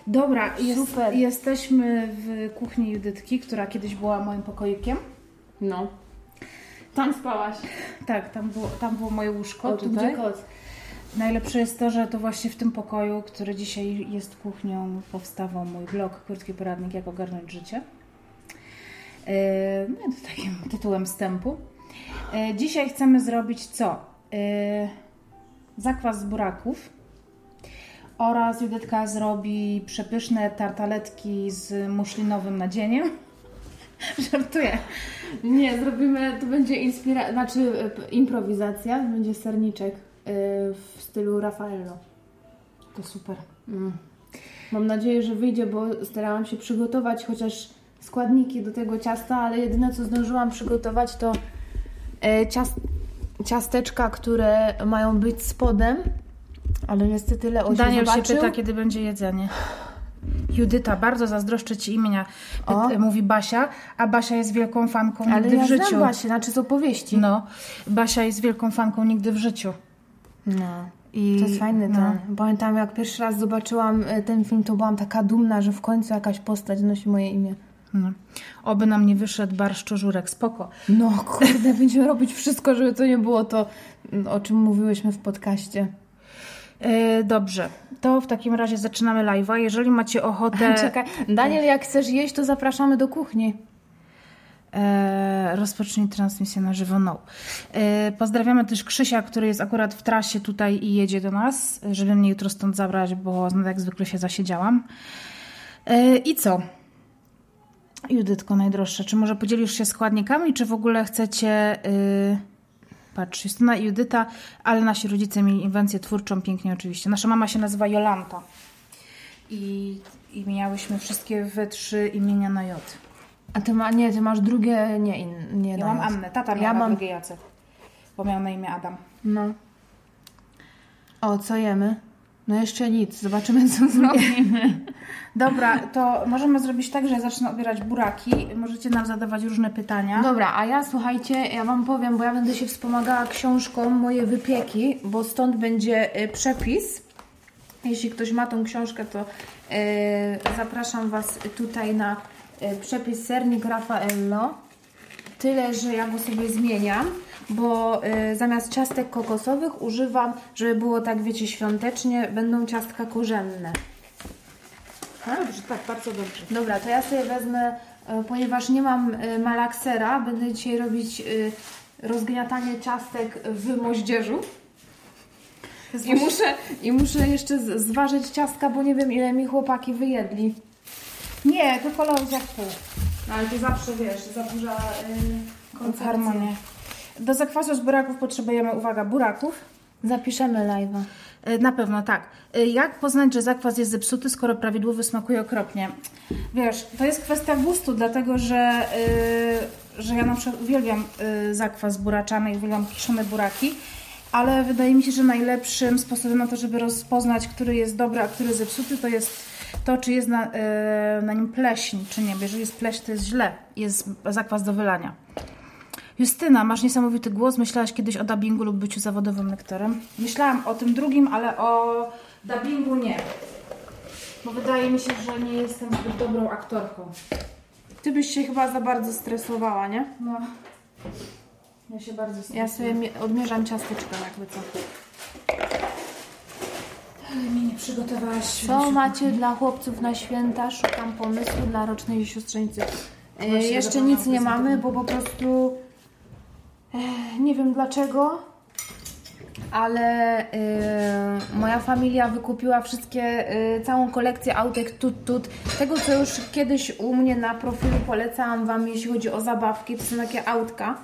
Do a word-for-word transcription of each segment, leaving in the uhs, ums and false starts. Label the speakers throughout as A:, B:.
A: Dobra, jest,
B: Super.
A: jesteśmy w kuchni Judytki, która kiedyś była moim pokoikiem.
B: No. Tam spałaś.
A: Tak, tam było, tam było moje łóżko.
B: O, tu gdzie kot.
A: Najlepsze jest to, że to właśnie w tym pokoju, który dzisiaj jest kuchnią, powstawał mój blog Krótki Poradnik, jak ogarnąć życie. No i to takim tytułem wstępu. Dzisiaj chcemy zrobić co? Zakwas z buraków oraz Judytka zrobi przepyszne tartaletki z muszlinowym nadzieniem. Żartuję.
B: Nie, zrobimy, to będzie inspira- znaczy improwizacja, będzie serniczek yy, w stylu Raffaello.
A: To super.
B: Mm. Mam nadzieję, że wyjdzie, bo starałam się przygotować chociaż składniki do tego ciasta, ale jedyne co zdążyłam przygotować to yy, ciast- ciasteczka, które mają być spodem, ale niestety Leo się
A: Daniel
B: zobaczył.
A: się pyta, kiedy będzie jedzenie. Judyta, bardzo zazdroszczę Ci imienia,
B: O.
A: mówi Basia, a Basia jest wielką fanką
B: Ale
A: nigdy
B: ja
A: w życiu.
B: znam Basię, znaczy z opowieści.
A: No, Basia jest wielką fanką nigdy w życiu.
B: No.
A: I,
B: To jest fajny
A: no.
B: ten. Pamiętam, jak pierwszy raz zobaczyłam ten film, to byłam taka dumna, że w końcu jakaś postać nosi moje imię.
A: No. Oby nam nie wyszedł barszczożurek, spoko.
B: No kurde, będziemy robić wszystko, żeby to nie było to, o czym mówiłyśmy w podcaście.
A: Yy, dobrze, to w takim razie zaczynamy live'a. Jeżeli macie ochotę...
B: Czekaj, Daniel, jak chcesz jeść, to zapraszamy do kuchni.
A: E, rozpocznij transmisję na żywo. No. E, pozdrawiamy też Krzysia, który jest akurat w trasie tutaj i jedzie do nas, żeby mnie jutro stąd zabrać, bo no, jak zwykle się zasiedziałam. E, I co? Judytko najdroższa, czy może podzielisz się składnikami, czy w ogóle chcecie... Y... Patrz, Justyna i Judyta, ale nasi rodzice mieli inwencję twórczą, pięknie oczywiście. Nasza mama się nazywa Jolanta. I, i miałyśmy wszystkie we trzy imienia na J.
B: A ty ma, nie, ty masz drugie, nie, in, nie
A: Ja mam
B: Daniel.
A: Annę, tata miał
B: Ja
A: na
B: mam-
A: drugie Jacek, bo miał na imię Adam.
B: No. O, co jemy? No jeszcze nic, zobaczymy co zrobimy.
A: Dobra, to możemy zrobić tak, że ja zacznę obierać buraki. Możecie nam zadawać różne pytania.
B: Dobra, a ja słuchajcie, ja Wam powiem, bo ja będę się wspomagała książką Moje wypieki, bo stąd będzie y, przepis. Jeśli ktoś ma tą książkę, to y, zapraszam Was tutaj na y, przepis sernik Raffaello. Tyle, że ja go sobie zmieniam, bo y, zamiast ciastek kokosowych używam, żeby było tak, wiecie, świątecznie, będą ciastka korzenne.
A: Dobrze, tak, bardzo dobrze.
B: Dobra, to ja sobie wezmę, y, ponieważ nie mam y, malaksera, będę dzisiaj robić y, rozgniatanie ciastek w moździerzu. I muszę, I muszę jeszcze z, zważyć ciastka, bo nie wiem, ile mi chłopaki wyjedli.
A: Nie, to kolor jak pół.
B: No, ale to zawsze, wiesz, zaburza yy,
A: Harmonię. Do zakwasu z buraków potrzebujemy, uwaga, buraków.
B: Zapiszemy live'a.
A: Y, Na pewno tak. Y, Jak poznać, że zakwas jest zepsuty, skoro prawidłowy smakuje okropnie? Wiesz, to jest kwestia gustu, dlatego że, y, że ja na przykład uwielbiam y, zakwas buraczany i uwielbiam kiszone buraki, ale wydaje mi się, że najlepszym sposobem na to, żeby rozpoznać, który jest dobry, a który zepsuty, to jest to, czy jest na, y, na nim pleśń, czy nie. Bo jeżeli jest pleśń, to jest źle. Jest zakwas do wylania. Justyna, masz niesamowity głos. Myślałaś kiedyś o dubbingu lub byciu zawodowym lektorem? Myślałam o tym drugim, ale o dubbingu nie. Bo wydaje mi się, że nie jestem zbyt dobrą aktorką.
B: Ty byś się chyba za bardzo stresowała, nie?
A: No. Ja się bardzo stresuję.
B: Ja sobie mie- odmierzam ciasteczka, jakby co.
A: Ale mnie nie przygotowałaś.
B: Co macie dla chłopców na święta? Szukam pomysłu dla rocznej siostrzenicy. E,
A: Właśnie
B: jeszcze
A: zapomniałam
B: nic nie mamy,
A: prezentować.
B: bo po prostu e, nie wiem dlaczego, ale e, moja familia wykupiła wszystkie, e, całą kolekcję autek Tut Tut. Tego, co już kiedyś u mnie na profilu polecałam Wam, jeśli chodzi o zabawki. To są takie autka.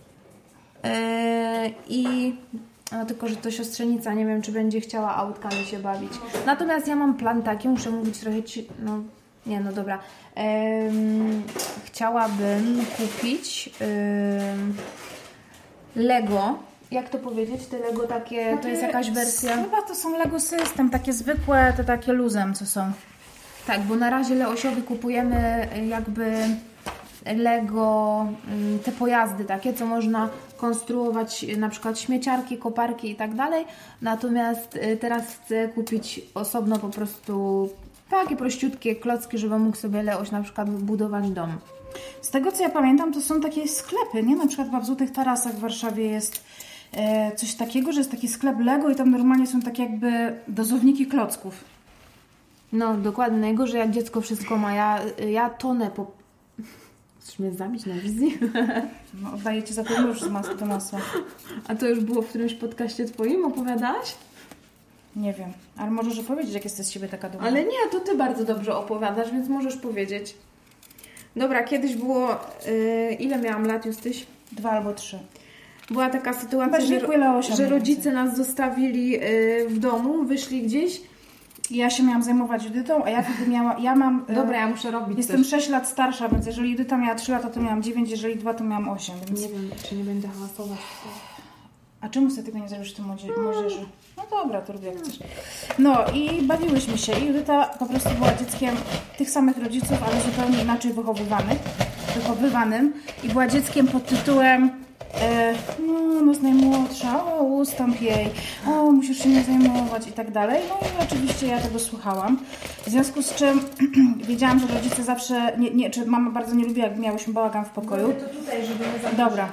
B: E, I no, tylko, że to siostrzenica, nie wiem, czy będzie chciała autkami się bawić. Natomiast ja mam plan taki, muszę mówić trochę ci... No, nie, no dobra. Ehm, chciałabym kupić ym, Lego. Jak to powiedzieć? Te Lego takie, to jest jakaś wersja...
A: Chyba to są Lego System, takie zwykłe, te takie luzem, co są.
B: Tak, bo na razie Leosiowi kupujemy jakby Lego, te pojazdy takie, co można konstruować, na przykład śmieciarki, koparki i tak dalej. Natomiast teraz chcę kupić osobno po prostu Takie prościutkie klocki, żeby mógł sobie Leoś na przykład budować dom.
A: Z tego co ja pamiętam, to są takie sklepy, nie? Na przykład w Złotych Tarasach w Warszawie jest e, coś takiego, że jest taki sklep Lego i tam normalnie są takie jakby dozowniki klocków.
B: No dokładnie, najgorzej jak dziecko wszystko ma. Ja, ja tonę po... Chcesz mnie zabić na wizji?
A: No, oddaję Ci za to już z masy do masła.
B: A to już było w którymś podcaście Twoim, opowiadałaś?
A: Nie wiem, ale możesz opowiedzieć, jak jesteś z siebie taka dumna.
B: Ale nie, to Ty bardzo dobrze opowiadasz, więc możesz powiedzieć. Dobra, kiedyś było... Yy, ile miałam lat, Justyś?
A: Dwa albo trzy.
B: Była taka sytuacja, że, że rodzice nas zostawili yy, w domu, wyszli gdzieś.
A: Ja się miałam zajmować Judytą, a ja wtedy miała... Ja mam...
B: Dobra, ja muszę robić
A: Jestem
B: coś.
A: sześć lat starsza, więc jeżeli Judyta miała trzy lata, to miałam dziewięć, jeżeli dwa, to miałam osiem. Więc...
B: Nie wiem, czy nie będę hałasować.
A: A czemu sobie tego nie zrobisz w tym młodzieży? No dobra, to robię jak chcesz. No i bawiłyśmy się i Judyta po prostu była dzieckiem tych samych rodziców, ale zupełnie inaczej wychowywanych, wychowywanym i była dzieckiem pod tytułem e, no, no jest najmłodsza, o ustąp jej, o musisz się nie zajmować i tak dalej. No i oczywiście ja tego słuchałam. W związku z czym wiedziałam, że rodzice zawsze, nie, nie, czy mama bardzo nie lubiła, jak miałyśmy bałagan w pokoju.
B: To tutaj, żeby nie zabrać.
A: Dobra.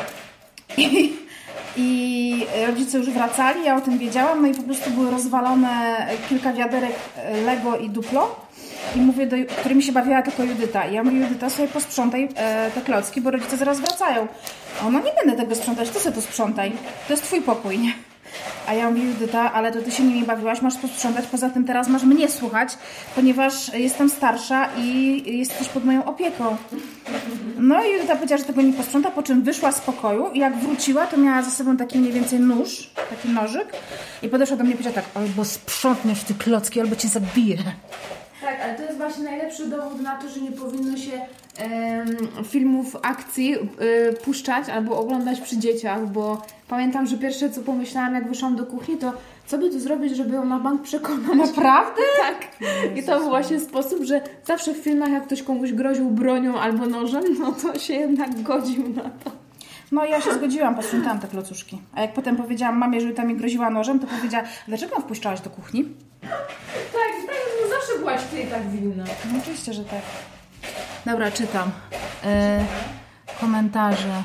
A: I, I rodzice już wracali, ja o tym wiedziałam, no i po prostu były rozwalone kilka wiaderek Lego i Duplo. I mówię, do, którymi się bawiła tylko Judyta. I ja mówię, Judyta, sobie posprzątaj e, te klocki, bo rodzice zaraz wracają. A ona, nie będę tego sprzątać, ty sobie to sprzątaj. To jest twój pokój, nie? A ja mówię, Judyta, ale to ty się nimi bawiłaś, masz posprzątać, poza tym teraz masz mnie słuchać, ponieważ jestem starsza i jesteś pod moją opieką. No i Judyta powiedziała, że tego nie posprząta, po czym wyszła z pokoju i jak wróciła, to miała ze sobą taki mniej więcej nóż, taki nożyk i podeszła do mnie i powiedziała tak, albo sprzątniesz ty klocki, albo cię zabiję.
B: Tak, ale to jest właśnie najlepszy dowód na to, że nie powinno się em, filmów akcji y, puszczać albo oglądać przy dzieciach, bo pamiętam, że pierwsze co pomyślałam, jak wyszłam do kuchni, to co by tu zrobić, żeby ją na bank przekonać?
A: Naprawdę?
B: Tak. I to był właśnie sposób, że zawsze w filmach, jak ktoś komuś groził bronią albo nożem, no to się jednak godził na to.
A: No ja się zgodziłam, posprzątałam te klocuszki. A jak potem powiedziałam mamie, że ta mi groziła nożem, to powiedziała, dlaczego ją wpuszczałaś do kuchni?
B: Tak, tak, no zawsze byłaś ty tak winna.
A: No oczywiście, że tak. Dobra, czytam. E, komentarze.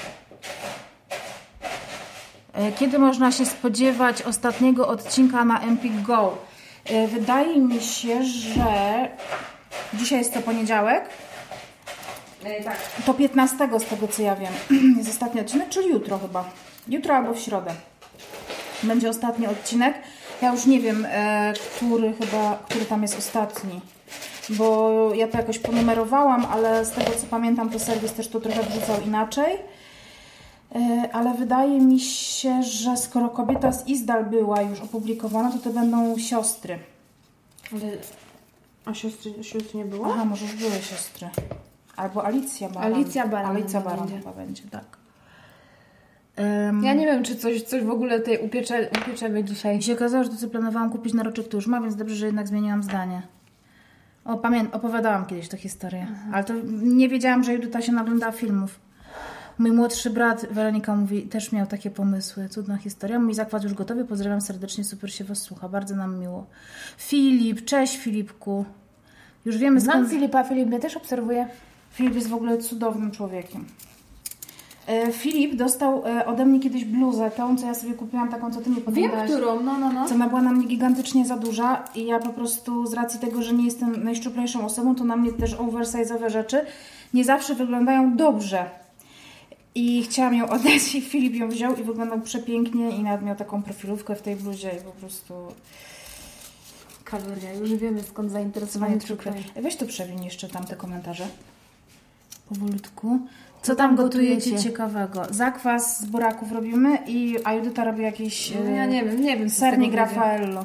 A: E, kiedy można się spodziewać ostatniego odcinka na Empik Go? E, wydaje mi się, że dzisiaj jest to poniedziałek.
B: E, tak.
A: To piętnastego z tego co ja wiem jest ostatni odcinek, czyli jutro chyba. Jutro albo w środę będzie ostatni odcinek. Ja już nie wiem, e, który chyba, który tam jest ostatni, bo ja to jakoś ponumerowałam, ale z tego co pamiętam, to serwis też to trochę wrzucał inaczej. E, ale wydaje mi się, że skoro Kobieta z Izdal była już opublikowana, to to będą siostry.
B: Ale... A siostry, siostry nie było?
A: Aha, może już były siostry. Albo Alicja Baran.
B: Alicja Baran.
A: Alicja Baran
B: będzie.
A: chyba będzie, tak.
B: Um, ja nie wiem, czy coś, coś w ogóle tej upiecze, upieczemy dzisiaj.
A: I się okazało, że to, co planowałam kupić na roczek, to już ma, więc dobrze, że jednak zmieniłam zdanie. O, pamiętam, opowiadałam kiedyś tę historię. Aha. Ale to nie wiedziałam, że Judyta się naglądała filmów. Mój młodszy brat, Weronika, mówi, też miał takie pomysły. Cudna historia. Mój zakład już gotowy. Pozdrawiam serdecznie, super się was słucha. Bardzo nam miło. Filip, cześć Filipku. Już wiemy
B: Znam
A: skąd...
B: Filipa, Filip mnie też obserwuje.
A: Filip jest w ogóle cudownym człowiekiem. Filip dostał ode mnie kiedyś bluzę, tą, co ja sobie kupiłam, taką, co ty mi powiedziałaś.
B: Wiem, którą, no, no, no.
A: Co ona była na mnie gigantycznie za duża i ja po prostu z racji tego, że nie jestem najszczuplejszą osobą, to na mnie też oversize'owe rzeczy nie zawsze wyglądają dobrze. I chciałam ją oddać i Filip ją wziął i wyglądał przepięknie i nawet miał taką profilówkę w tej bluzie i po prostu...
B: Kaloria, już wiemy skąd zainteresowanie
A: trupem. Weź tu przewiń jeszcze tamte komentarze. Powolutku. Co tam gotujecie ciekawego? Zakwas z buraków robimy i a Judyta robi jakiś
B: no, ja nie wiem, nie wiem.
A: sernik Raffaello.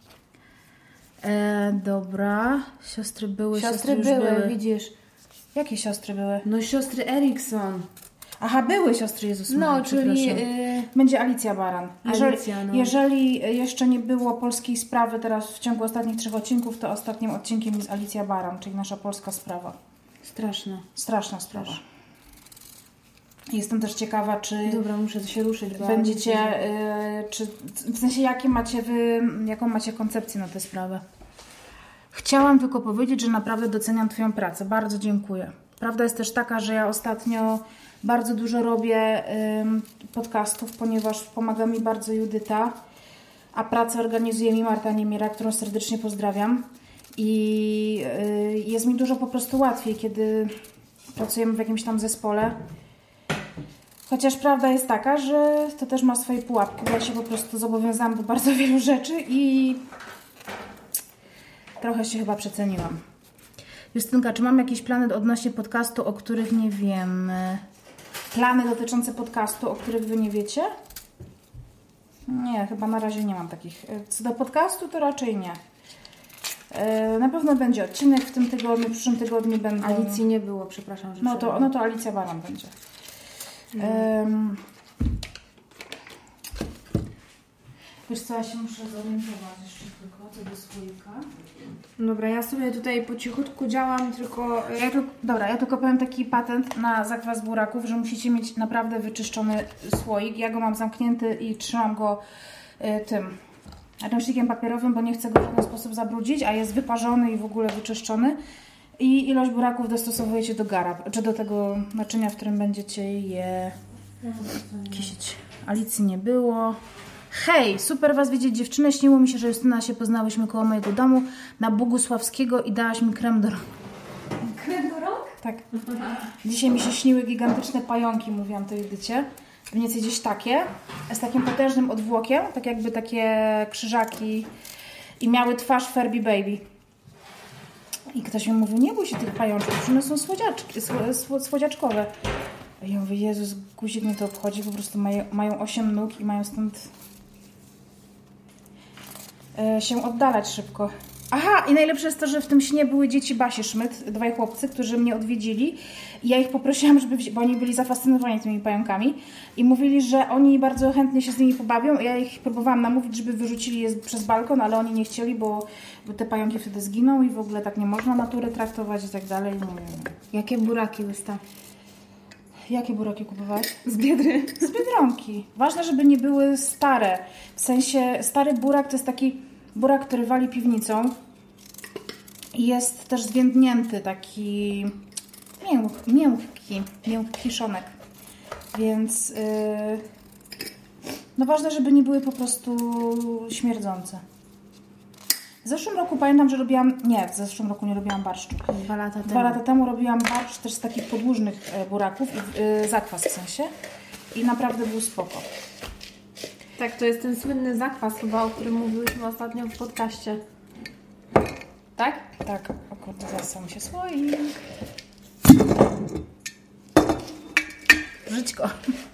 A: E, dobra. Siostry były,
B: siostry,
A: siostry już
B: były,
A: były.
B: Widzisz.
A: Jakie siostry były?
B: No siostry Erikson.
A: Aha, były siostry Jezus Maria,
B: no, czyli y...
A: będzie Alicja Baran. Jeżeli,
B: Alicja, no.
A: jeżeli jeszcze nie było polskiej sprawy teraz w ciągu ostatnich trzech odcinków, to ostatnim odcinkiem jest Alicja Baran, czyli nasza polska sprawa.
B: Straszna.
A: Straszna sprawa. Straszna. Jestem też ciekawa, czy
B: dobra, muszę się ruszyć, bo
A: będziecie, yy, czy w sensie jakie macie wy, jaką macie koncepcję na tę sprawę? Chciałam tylko powiedzieć, że naprawdę doceniam Twoją pracę. Bardzo dziękuję. Prawda jest też taka, że ja ostatnio bardzo dużo robię ym, podcastów, ponieważ pomaga mi bardzo Judyta, a pracę organizuje mi Marta Niemiera, którą serdecznie pozdrawiam. I yy, jest mi dużo po prostu łatwiej, kiedy pracujemy w jakimś tam zespole. Chociaż prawda jest taka, że to też ma swoje pułapki, bo ja się po prostu zobowiązałam do bardzo wielu rzeczy i trochę się chyba przeceniłam. Justynka, czy mam jakieś plany odnośnie podcastu, o których nie wiem? Plany dotyczące podcastu, o których Wy nie wiecie? Nie, chyba na razie nie mam takich. Co do podcastu, to raczej nie. Na pewno będzie odcinek w tym tygodniu, w przyszłym tygodniu będą...
B: Alicji nie było, przepraszam, że
A: No to, no to Alicja Baran będzie. No. Um, wiesz co, ja się muszę zorientować jeszcze tylko co do słoika.
B: Dobra, ja sobie tutaj po cichutku działam, tylko...
A: Ja tu, dobra, ja tylko powiem taki patent na zakwas buraków, że musicie mieć naprawdę wyczyszczony słoik. Ja go mam zamknięty i trzymam go y, tym ręcznikiem papierowym, bo nie chcę go w żaden sposób zabrudzić, a jest wyparzony i w ogóle wyczyszczony. I ilość buraków dostosowujecie do gara, czy do tego naczynia, w którym będziecie je kisić. Alicji nie było. Hej, super Was widzieć, dziewczyny. Śniło mi się, że Justyna się poznałyśmy koło mojego domu na Bogusławskiego i dałaś mi krem do rąk.
B: Krem do rąk?
A: Tak. Dzisiaj mi się śniły gigantyczne pająki, mówiłam to Judycie. Mniej więcej gdzieś takie, z takim potężnym odwłokiem, tak jakby takie krzyżaki i miały twarz Furby Baby. I ktoś mi mówił, nie bój się tych pajączków, one są słodziaczki, słodziaczkowe. A ja mówię, Jezus, guzik mnie to obchodzi, po prostu mają, mają osiem nóg i mają stąd e, się oddalać szybko. Aha, i najlepsze jest to, że w tym śnie były dzieci Basi Szmyt, dwaj chłopcy, którzy mnie odwiedzili i ja ich poprosiłam, żeby, bo oni byli zafascynowani tymi pająkami i mówili, że oni bardzo chętnie się z nimi pobawią. Ja ich próbowałam namówić, żeby wyrzucili je przez balkon, ale oni nie chcieli, bo, bo te pająki wtedy zginą i w ogóle tak nie można natury traktować i tak dalej. No,
B: jakie buraki wystaw?
A: Jakie buraki kupować?
B: Z Biedry.
A: Z Biedronki. Ważne, żeby nie były stare. W sensie stary burak to jest taki burak, który wali piwnicą i jest też zwiędnięty, taki mięk, miękki, miękki kiszonek. Więc yy, no ważne, żeby nie były po prostu śmierdzące. W zeszłym roku pamiętam, że robiłam, nie, w zeszłym roku nie robiłam barszczu.
B: Dwa lata temu.
A: Dwa lata temu robiłam barszcz też z takich podłużnych buraków, yy, zakwas w sensie i naprawdę był spoko.
B: Tak, to jest ten słynny zakwas chyba, o którym mówiłyśmy ostatnio w podcaście. Tak?
A: Tak. O kurde, zasał mi się słoik. Żyćko.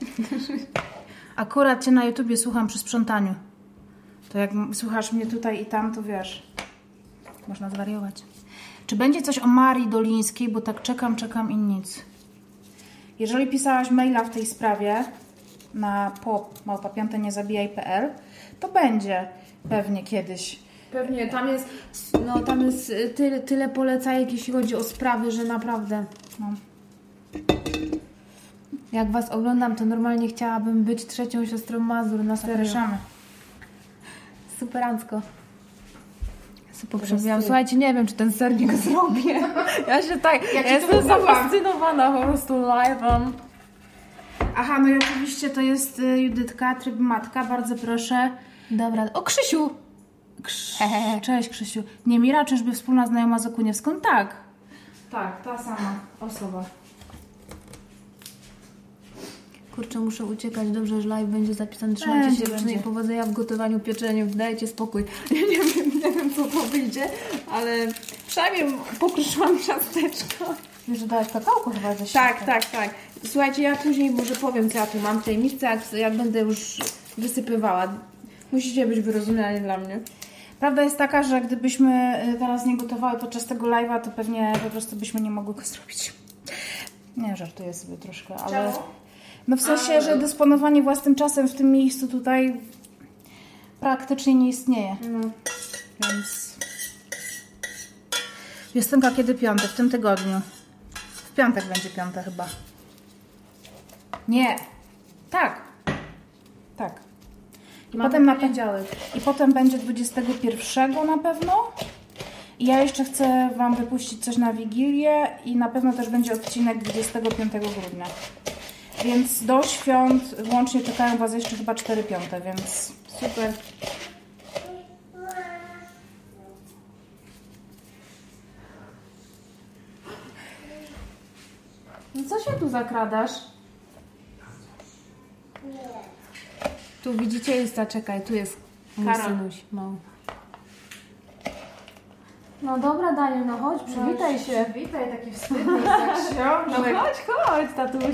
A: Akurat Cię na YouTubie słucham przy sprzątaniu. To jak słuchasz mnie tutaj i tam, to wiesz, można zwariować. Czy będzie coś o Marii Dolińskiej, bo tak czekam, czekam i nic. Jeżeli pisałaś maila w tej sprawie na pop małpa piąte nie zabijaj kropka p l, to będzie pewnie kiedyś.
B: Pewnie, tam jest, no tam jest tyle, tyle polecajek, jeśli chodzi o sprawy, że naprawdę.
A: No.
B: Jak Was oglądam, to normalnie chciałabym być trzecią siostrą Mazur, na serio.
A: Zapraszamy.
B: Superancko. Super przewijam. Słuchajcie, nie wiem, czy ten sernik zrobię. Ja się tak, ja, ja jestem zafascynowana po prostu live'em.
A: Aha, no i oczywiście to jest Judytka, tryb matka, bardzo proszę.
B: Dobra, o Krzysiu!
A: Krz... Cześć Krzysiu. Nie Mira, czyżby wspólna znajoma z Okuniewską? Tak. Tak, ta sama osoba.
B: Kurczę, muszę uciekać. Dobrze, że live będzie zapisany. Trzymajcie się dziewczyny i powodzenia w gotowaniu, pieczeniu. Dajcie spokój. Ja nie wiem, nie wiem, co to wyjdzie, ale przynajmniej pokruszyłam ciasteczko.
A: Wiesz, że dałaś kakałko chyba ze
B: Tak, tak, tak. Słuchajcie, ja później może powiem, co ja tu mam w tej misce, jak, jak będę już wysypywała. Musicie być wyrozumiali dla mnie.
A: Prawda jest taka, że gdybyśmy teraz nie gotowały podczas tego live'a, to pewnie po prostu byśmy nie mogły go zrobić. Nie, żartuję sobie troszkę, ale...
B: Czemu?
A: No w sensie, że dysponowanie własnym czasem w tym miejscu tutaj praktycznie nie istnieje.
B: No.
A: Więc... Justynka, kiedy piątek? W tym tygodniu. W piątek będzie piątek chyba. Nie. Tak. Tak. I potem na poniedziałek. I potem będzie dwudziestego pierwszego na pewno. I ja jeszcze chcę Wam wypuścić coś na Wigilię i na pewno też będzie odcinek dwudziestego piątego grudnia. Więc do świąt łącznie czekają Was jeszcze chyba cztery piąte, więc
B: Super. No co się tu zakradasz? Nie. Tu widzicie jest ta, czekaj, tu jest mój
A: Karol.
B: synuś mały. No dobra, Daniel, no chodź, przywitaj się.
A: Witaj, taki wstydny tak
B: No chodź, chodź, tatuś.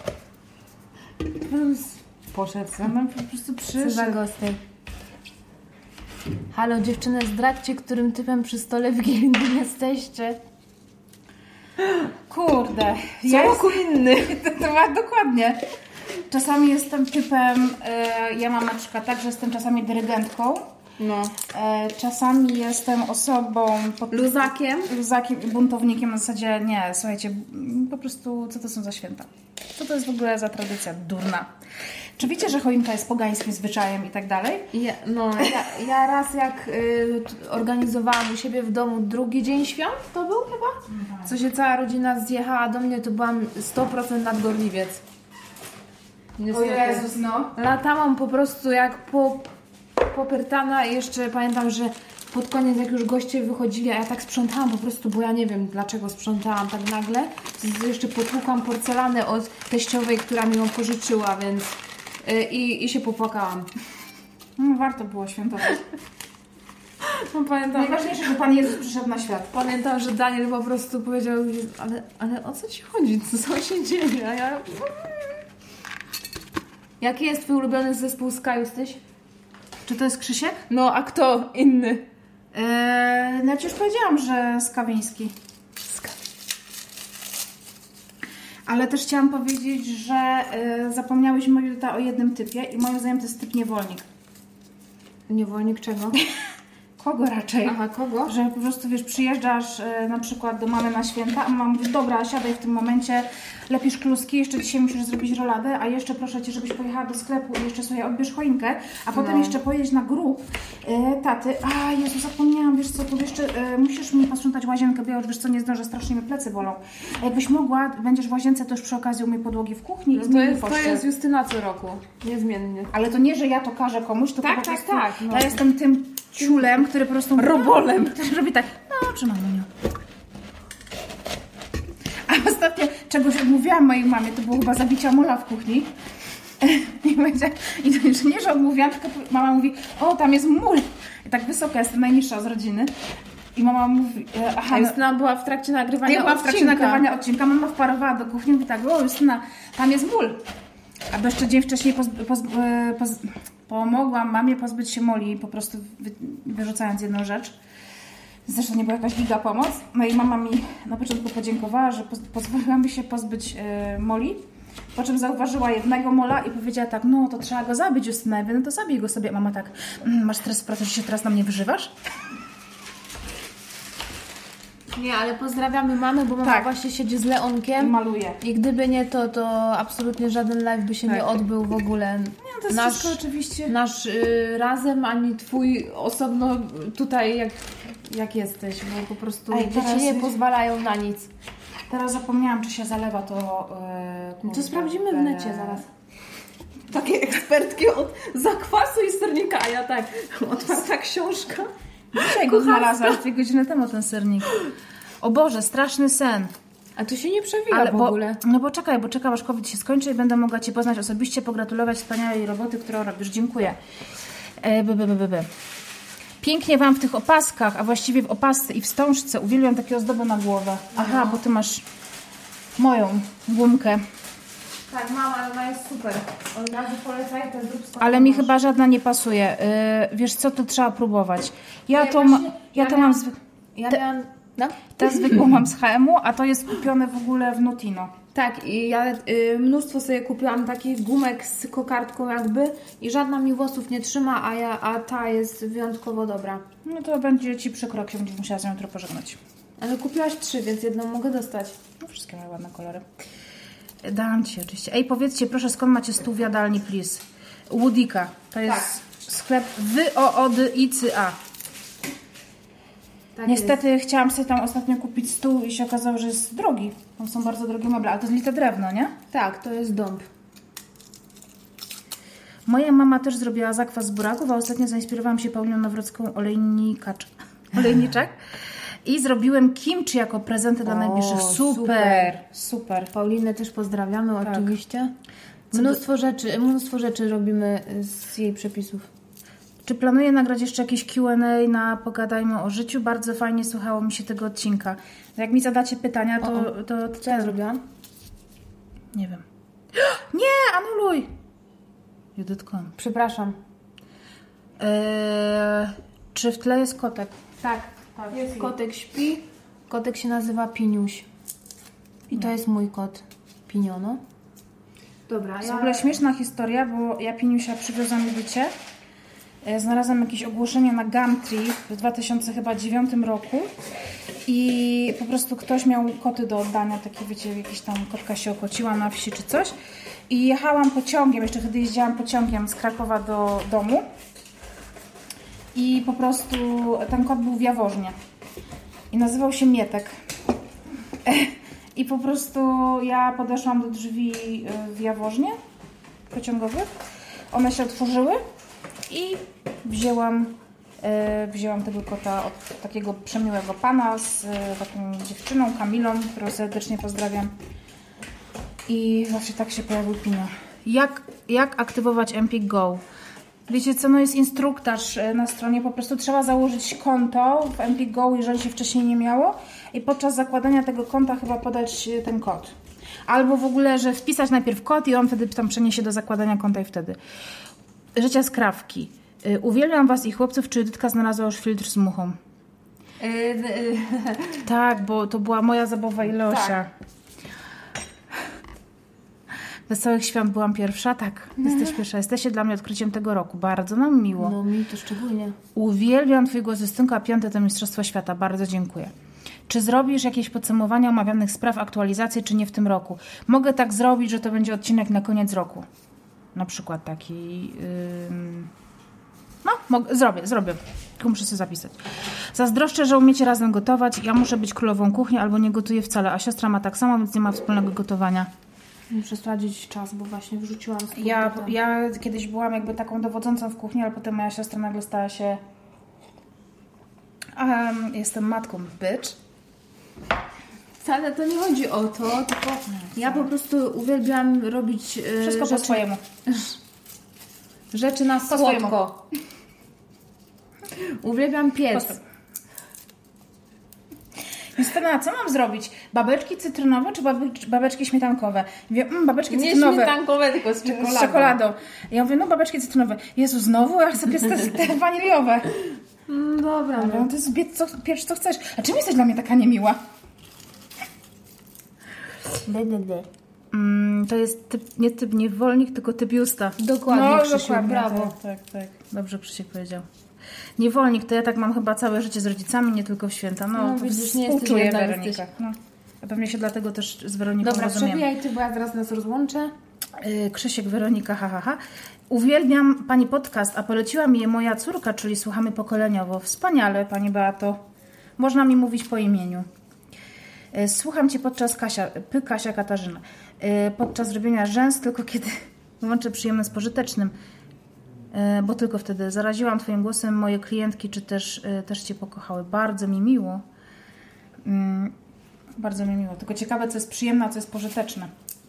B: Poszedł
A: Ja mam po prostu
B: Co za
A: przyszedł.
B: gostek. Halo, dziewczyny, zdradźcie, którym typem przy stole wigilijnym jesteście.
A: Kurde.
B: Co
A: Ja
B: roku inny.
A: To, to ma dokładnie. Czasami jestem typem, e, ja mam na przykład tak, że jestem czasami dyrygentką.
B: No.
A: E, czasami jestem osobą... Pod,
B: Luzakiem?
A: Luzakiem i buntownikiem na zasadzie, nie, słuchajcie, po prostu co to są za święta? Co to jest w ogóle za tradycja durna? Czy wiecie, że choinka jest pogańskim zwyczajem i tak dalej?
B: Ja, no, ja, ja raz jak y, t- organizowałam u siebie w domu drugi dzień świąt, to był chyba? Co się cała rodzina zjechała do mnie, to byłam sto procent nadgorliwiec. Niestety.
A: no.
B: Latałam po prostu jak po, popyrtana i jeszcze pamiętam, że pod koniec jak już goście wychodzili, a ja tak sprzątałam po prostu, bo ja nie wiem dlaczego sprzątałam tak nagle. Z- Jeszcze potłukłam porcelanę od teściowej, która mi ją pożyczyła, więc y, i, i się popłakałam.
A: No, warto było świętować.
B: No, pamiętam,
A: Najważniejsze, że Pan Jezus przyszedł na świat.
B: pamiętam, że Daniel po prostu powiedział, ale, ale o co ci chodzi? Co się dzieje? A ja... Jaki jest twój ulubiony zespół Sky, jesteś?
A: Czy to jest Krzysiek?
B: No, a kto inny?
A: Eee, no ja Ci już powiedziałam, że Skawiński. Ale też chciałam powiedzieć, że e, zapomniałeś Mojota o jednym typie i moim zdaniem to jest typ niewolnik.
B: Niewolnik czego?
A: Kogo raczej?
B: Aha, kogo?
A: Że po prostu, wiesz, przyjeżdżasz e, na przykład do mamy na święta, a mama mówi, dobra, siadaj w tym momencie, lepisz kluski, jeszcze dzisiaj musisz zrobić roladę, a jeszcze proszę Cię, żebyś pojechała do sklepu i jeszcze sobie odbierz choinkę, a potem
B: No.
A: jeszcze pojedziesz na grób e, taty. A, Jezu, zapomniałam, wiesz co, tu jeszcze e, musisz mi posprzątać łazienkę, bo ja już, wiesz co, nie zdążę, strasznie mi plecy bolą. A jakbyś mogła, będziesz w łazience, to już przy okazji umyj podłogi w kuchni i
B: No to,
A: zmień
B: jest, to
A: pościel.
B: jest Justyna co roku. Niezmiennie.
A: Ale to nie, że ja to każę komuś, tylko
B: Tak,
A: po
B: tak,
A: prostu
B: tak, no.
A: ja jestem tym ciulem, który po prostu...
B: Robolem.
A: Który robi tak, no, trzymaj mnie. A ostatnio czegoś odmówiłam mojej mamie, to było chyba zabicia mola w kuchni. I, będzie, i to już nie, że odmówiłam, tylko mama mówi, o, tam jest mól. I tak wysoka, jestem najniższa z rodziny. I mama mówi, e, aha,
B: A
A: no,
B: Justyna była w trakcie
A: a
B: nagrywania
A: ja byłam w trakcie
B: odcinka.
A: nagrywania odcinka, mama wparowała do kuchni i mówi tak, o Justyna, tam jest mól. A bo jeszcze dzień wcześniej poz, poz, e, poz, pomogłam mamie pozbyć się moli, po prostu wy, wyrzucając jedną rzecz. Zresztą nie była jakaś giga pomoc. No i mama mi na początku podziękowała, że poz, pozwoliła mi się pozbyć e, moli. Po czym zauważyła jednego mola i powiedziała tak, no to trzeba go zabić, Justyna. Ja mówię, no to zabij go sobie. Mama tak, mm, masz stres w pracy, że się teraz na mnie wyżywasz?
B: Nie, ale pozdrawiamy mamę, bo mama
A: Tak.
B: właśnie siedzi z
A: I
B: Leonkiem.
A: maluje.
B: I gdyby nie to, to absolutnie żaden live by się
A: Tak.
B: nie odbył w ogóle.
A: Nie, to jest
B: nasz,
A: wszystko oczywiście.
B: nasz y, razem, ani twój osobno tutaj jak, jak jesteś, bo po prostu
A: Ej,
B: dzieci
A: teraz-
B: nie pozwalają na nic.
A: Teraz zapomniałam, czy się zalewa to... Yy,
B: No to
A: kurde,
B: sprawdzimy w
A: e,
B: necie zaraz. Takie ekspertki od zakwasu i sernika, a ja tak, otwarta książka.
A: Dzisiaj go znalazłaś dwie godziny temu ten sernik. O Boże, straszny sen.
B: A to się nie przewija
A: Ale
B: w
A: bo,
B: ogóle.
A: no bo czekaj, bo czekam aż COVID się skończy i będę mogła Cię poznać osobiście, pogratulować wspaniałej roboty, którą robisz. Dziękuję. E, by, by, by, by, by. Pięknie Wam w tych opaskach, a właściwie w opasce i wstążce uwielbiam takie ozdoby na głowę. Aha,
B: No.
A: bo Ty masz moją gumkę.
B: Tak, mama, ale ona jest super. Od razu polecaj, to zrób z
A: Ale mi chyba żadna nie pasuje. Yy, wiesz co, to trzeba próbować. Ja
B: Nie,
A: to, ma,
B: właśnie,
A: ja
B: ja
A: to
B: miałam-
A: mam... Zwy...
B: Ja
A: Te-
B: miałam... No?
A: Tę zwykłą mam z H M u, a to jest kupione w ogóle w Notino.
B: Tak, i ja y, mnóstwo sobie kupiłam takich gumek z kokardką jakby i żadna mi włosów nie trzyma, a, ja, a ta jest wyjątkowo dobra.
A: No to będzie Ci przykro, się będziesz musiała z nią jutro pożegnać.
B: Ale kupiłaś trzy, więc jedną mogę dostać.
A: No wszystkie mają ładne kolory. Dam Ci oczywiście. Ej, powiedzcie proszę, skąd macie stół w jadalni, please? Woodika. To jest
B: Tak.
A: sklep W O O D I C A.
B: Tak
A: Niestety jest. Chciałam sobie tam ostatnio kupić stół i się okazało, że jest drogi. Tam są bardzo drogie meble, ale to jest lite drewno, nie?
B: Tak, to jest dąb.
A: Moja mama też zrobiła zakwas z buraków, a ostatnio zainspirowałam się Pauliną Nawrocką olejnikacz, olejniczak i zrobiłem kimchi jako prezenty dla
B: O,
A: najbliższych. Super,
B: super.
A: super.
B: Paulinę też pozdrawiamy
A: Tak.
B: oczywiście. Mnóstwo rzeczy, mnóstwo rzeczy robimy z jej przepisów.
A: Czy planuję nagrać jeszcze jakieś Q and A na Pogadajmy o życiu? Bardzo fajnie słuchało mi się tego odcinka. Jak mi zadacie pytania, to...
B: O, o.
A: to, to, to
B: Co ja zrobiłam?
A: Nie wiem. Nie, anuluj! Judytko.
B: Przepraszam.
A: Eee, czy w tle jest kotek?
B: Tak,
A: tak
B: jest kotek śpi. Kotek się nazywa Piniuś. I to jest mój kot. Piniono. Dobra,
A: Jest w ogóle śmieszna historia, bo ja Piniusia przywiozłam Judycie. E, Znalazłam jakieś ogłoszenie na Gumtree w dwa tysiące dziewiątym roku i po prostu ktoś miał koty do oddania, takie wiecie, jakieś tam kotka się okociła na wsi czy coś i jechałam pociągiem, jeszcze wtedy jeździłam pociągiem z Krakowa do domu i po prostu ten kot był w Jaworznie i nazywał się Mietek. I po prostu ja podeszłam do drzwi w Jaworznie pociągowych. One się otworzyły i wzięłam, e, wzięłam tego kota od takiego przemiłego pana z e, taką dziewczyną, Kamilą, którą serdecznie pozdrawiam. I właśnie tak się pojawił Pinio. Jak, jak aktywować Empik Go? Wiecie co, no jest instruktaż na stronie, po prostu trzeba założyć konto w Empik Go, jeżeli się wcześniej nie miało i podczas zakładania tego konta chyba podać ten kod. Albo w ogóle, że wpisać najpierw kod i on wtedy tam przeniesie do zakładania konta i wtedy. Życia skrawki. Uwielbiam was i chłopców, czy Judytka znalazła już filtr z muchą?
B: Yy, yy.
A: Tak, bo to była moja zabawa i Leosia. Tak. Wesołych Świąt byłam pierwsza? Tak, jesteś pierwsza. Jesteście dla mnie odkryciem tego roku. Bardzo nam miło.
B: No mi to szczególnie.
A: Uwielbiam twój głos, Justynko, a piąte to Mistrzostwo Świata. Bardzo dziękuję. Czy zrobisz jakieś podsumowania omawianych spraw, aktualizacje, czy nie w tym roku? Mogę tak zrobić, że to będzie odcinek na koniec roku. Na przykład taki... Yy... No, mogę, zrobię, zrobię. Tylko muszę sobie zapisać. Zazdroszczę, że umiecie razem gotować. Ja muszę być królową kuchni albo nie gotuję wcale, a siostra ma tak samo, więc nie ma wspólnego gotowania.
B: Muszę sprawdzić czas, bo właśnie wrzuciłam...
A: Ja, ja kiedyś byłam jakby taką dowodzącą w kuchni, ale potem moja siostra nagle stała się... Um, jestem matką, bitch.
B: Wcale to nie chodzi o to, tylko ja po prostu uwielbiam robić... Yy,
A: Wszystko
B: rzeczy,
A: po swojemu.
B: Rzeczy na
A: Po
B: słodko. Uwielbiam piec.
A: Justyna, co mam zrobić? Babeczki cytrynowe czy babeczki śmietankowe? Mówię, mmm, babeczki
B: nie
A: cytrynowe.
B: Nie śmietankowe, tylko z czekoladą.
A: Z czekoladą. Ja mówię, no babeczki cytrynowe. Jezu, znowu? Ja chcę te, te waniliowe.
B: Mm, dobra, no.
A: no. To jest biec, co, pierwszy co chcesz. A czym jesteś dla mnie taka niemiła?
B: De, de, de.
A: Mm, to jest typ, nie typ niewolnik, tylko typ Justa.
B: Dokładnie,
A: no,
B: Krzysiu,
A: dokładnie,
B: brawo.
A: Tak, tak, tak. Dobrze Krzysiek powiedział. Niewolnik, to ja tak mam chyba całe życie z rodzicami, nie tylko w święta. No,
B: no
A: to
B: widzisz, nie jesteś
A: współczuję
B: jedna,
A: Weronika.
B: jesteś...
A: No. A pewnie się dlatego też z Weroniką
B: Dobra,
A: rozumiem.
B: przewijaj ty, bo ja zaraz nas rozłączę.
A: Yy, Krzysiek, Weronika, ha, ha, ha. Uwielbiam Pani podcast, a poleciła mi je moja córka, czyli słuchamy pokoleniowo. Wspaniale, Pani Beato. Można mi mówić po imieniu. Yy, słucham Cię podczas Kasia, Py Kasia Katarzyna. Yy, podczas robienia rzęs, tylko kiedy łączę przyjemne z pożytecznym. Bo tylko wtedy zaraziłam Twoim głosem moje klientki, czy też, też Cię pokochały. Bardzo mi miło. Mm, bardzo mi miło. Tylko ciekawe, co jest przyjemne, a co jest pożyteczne.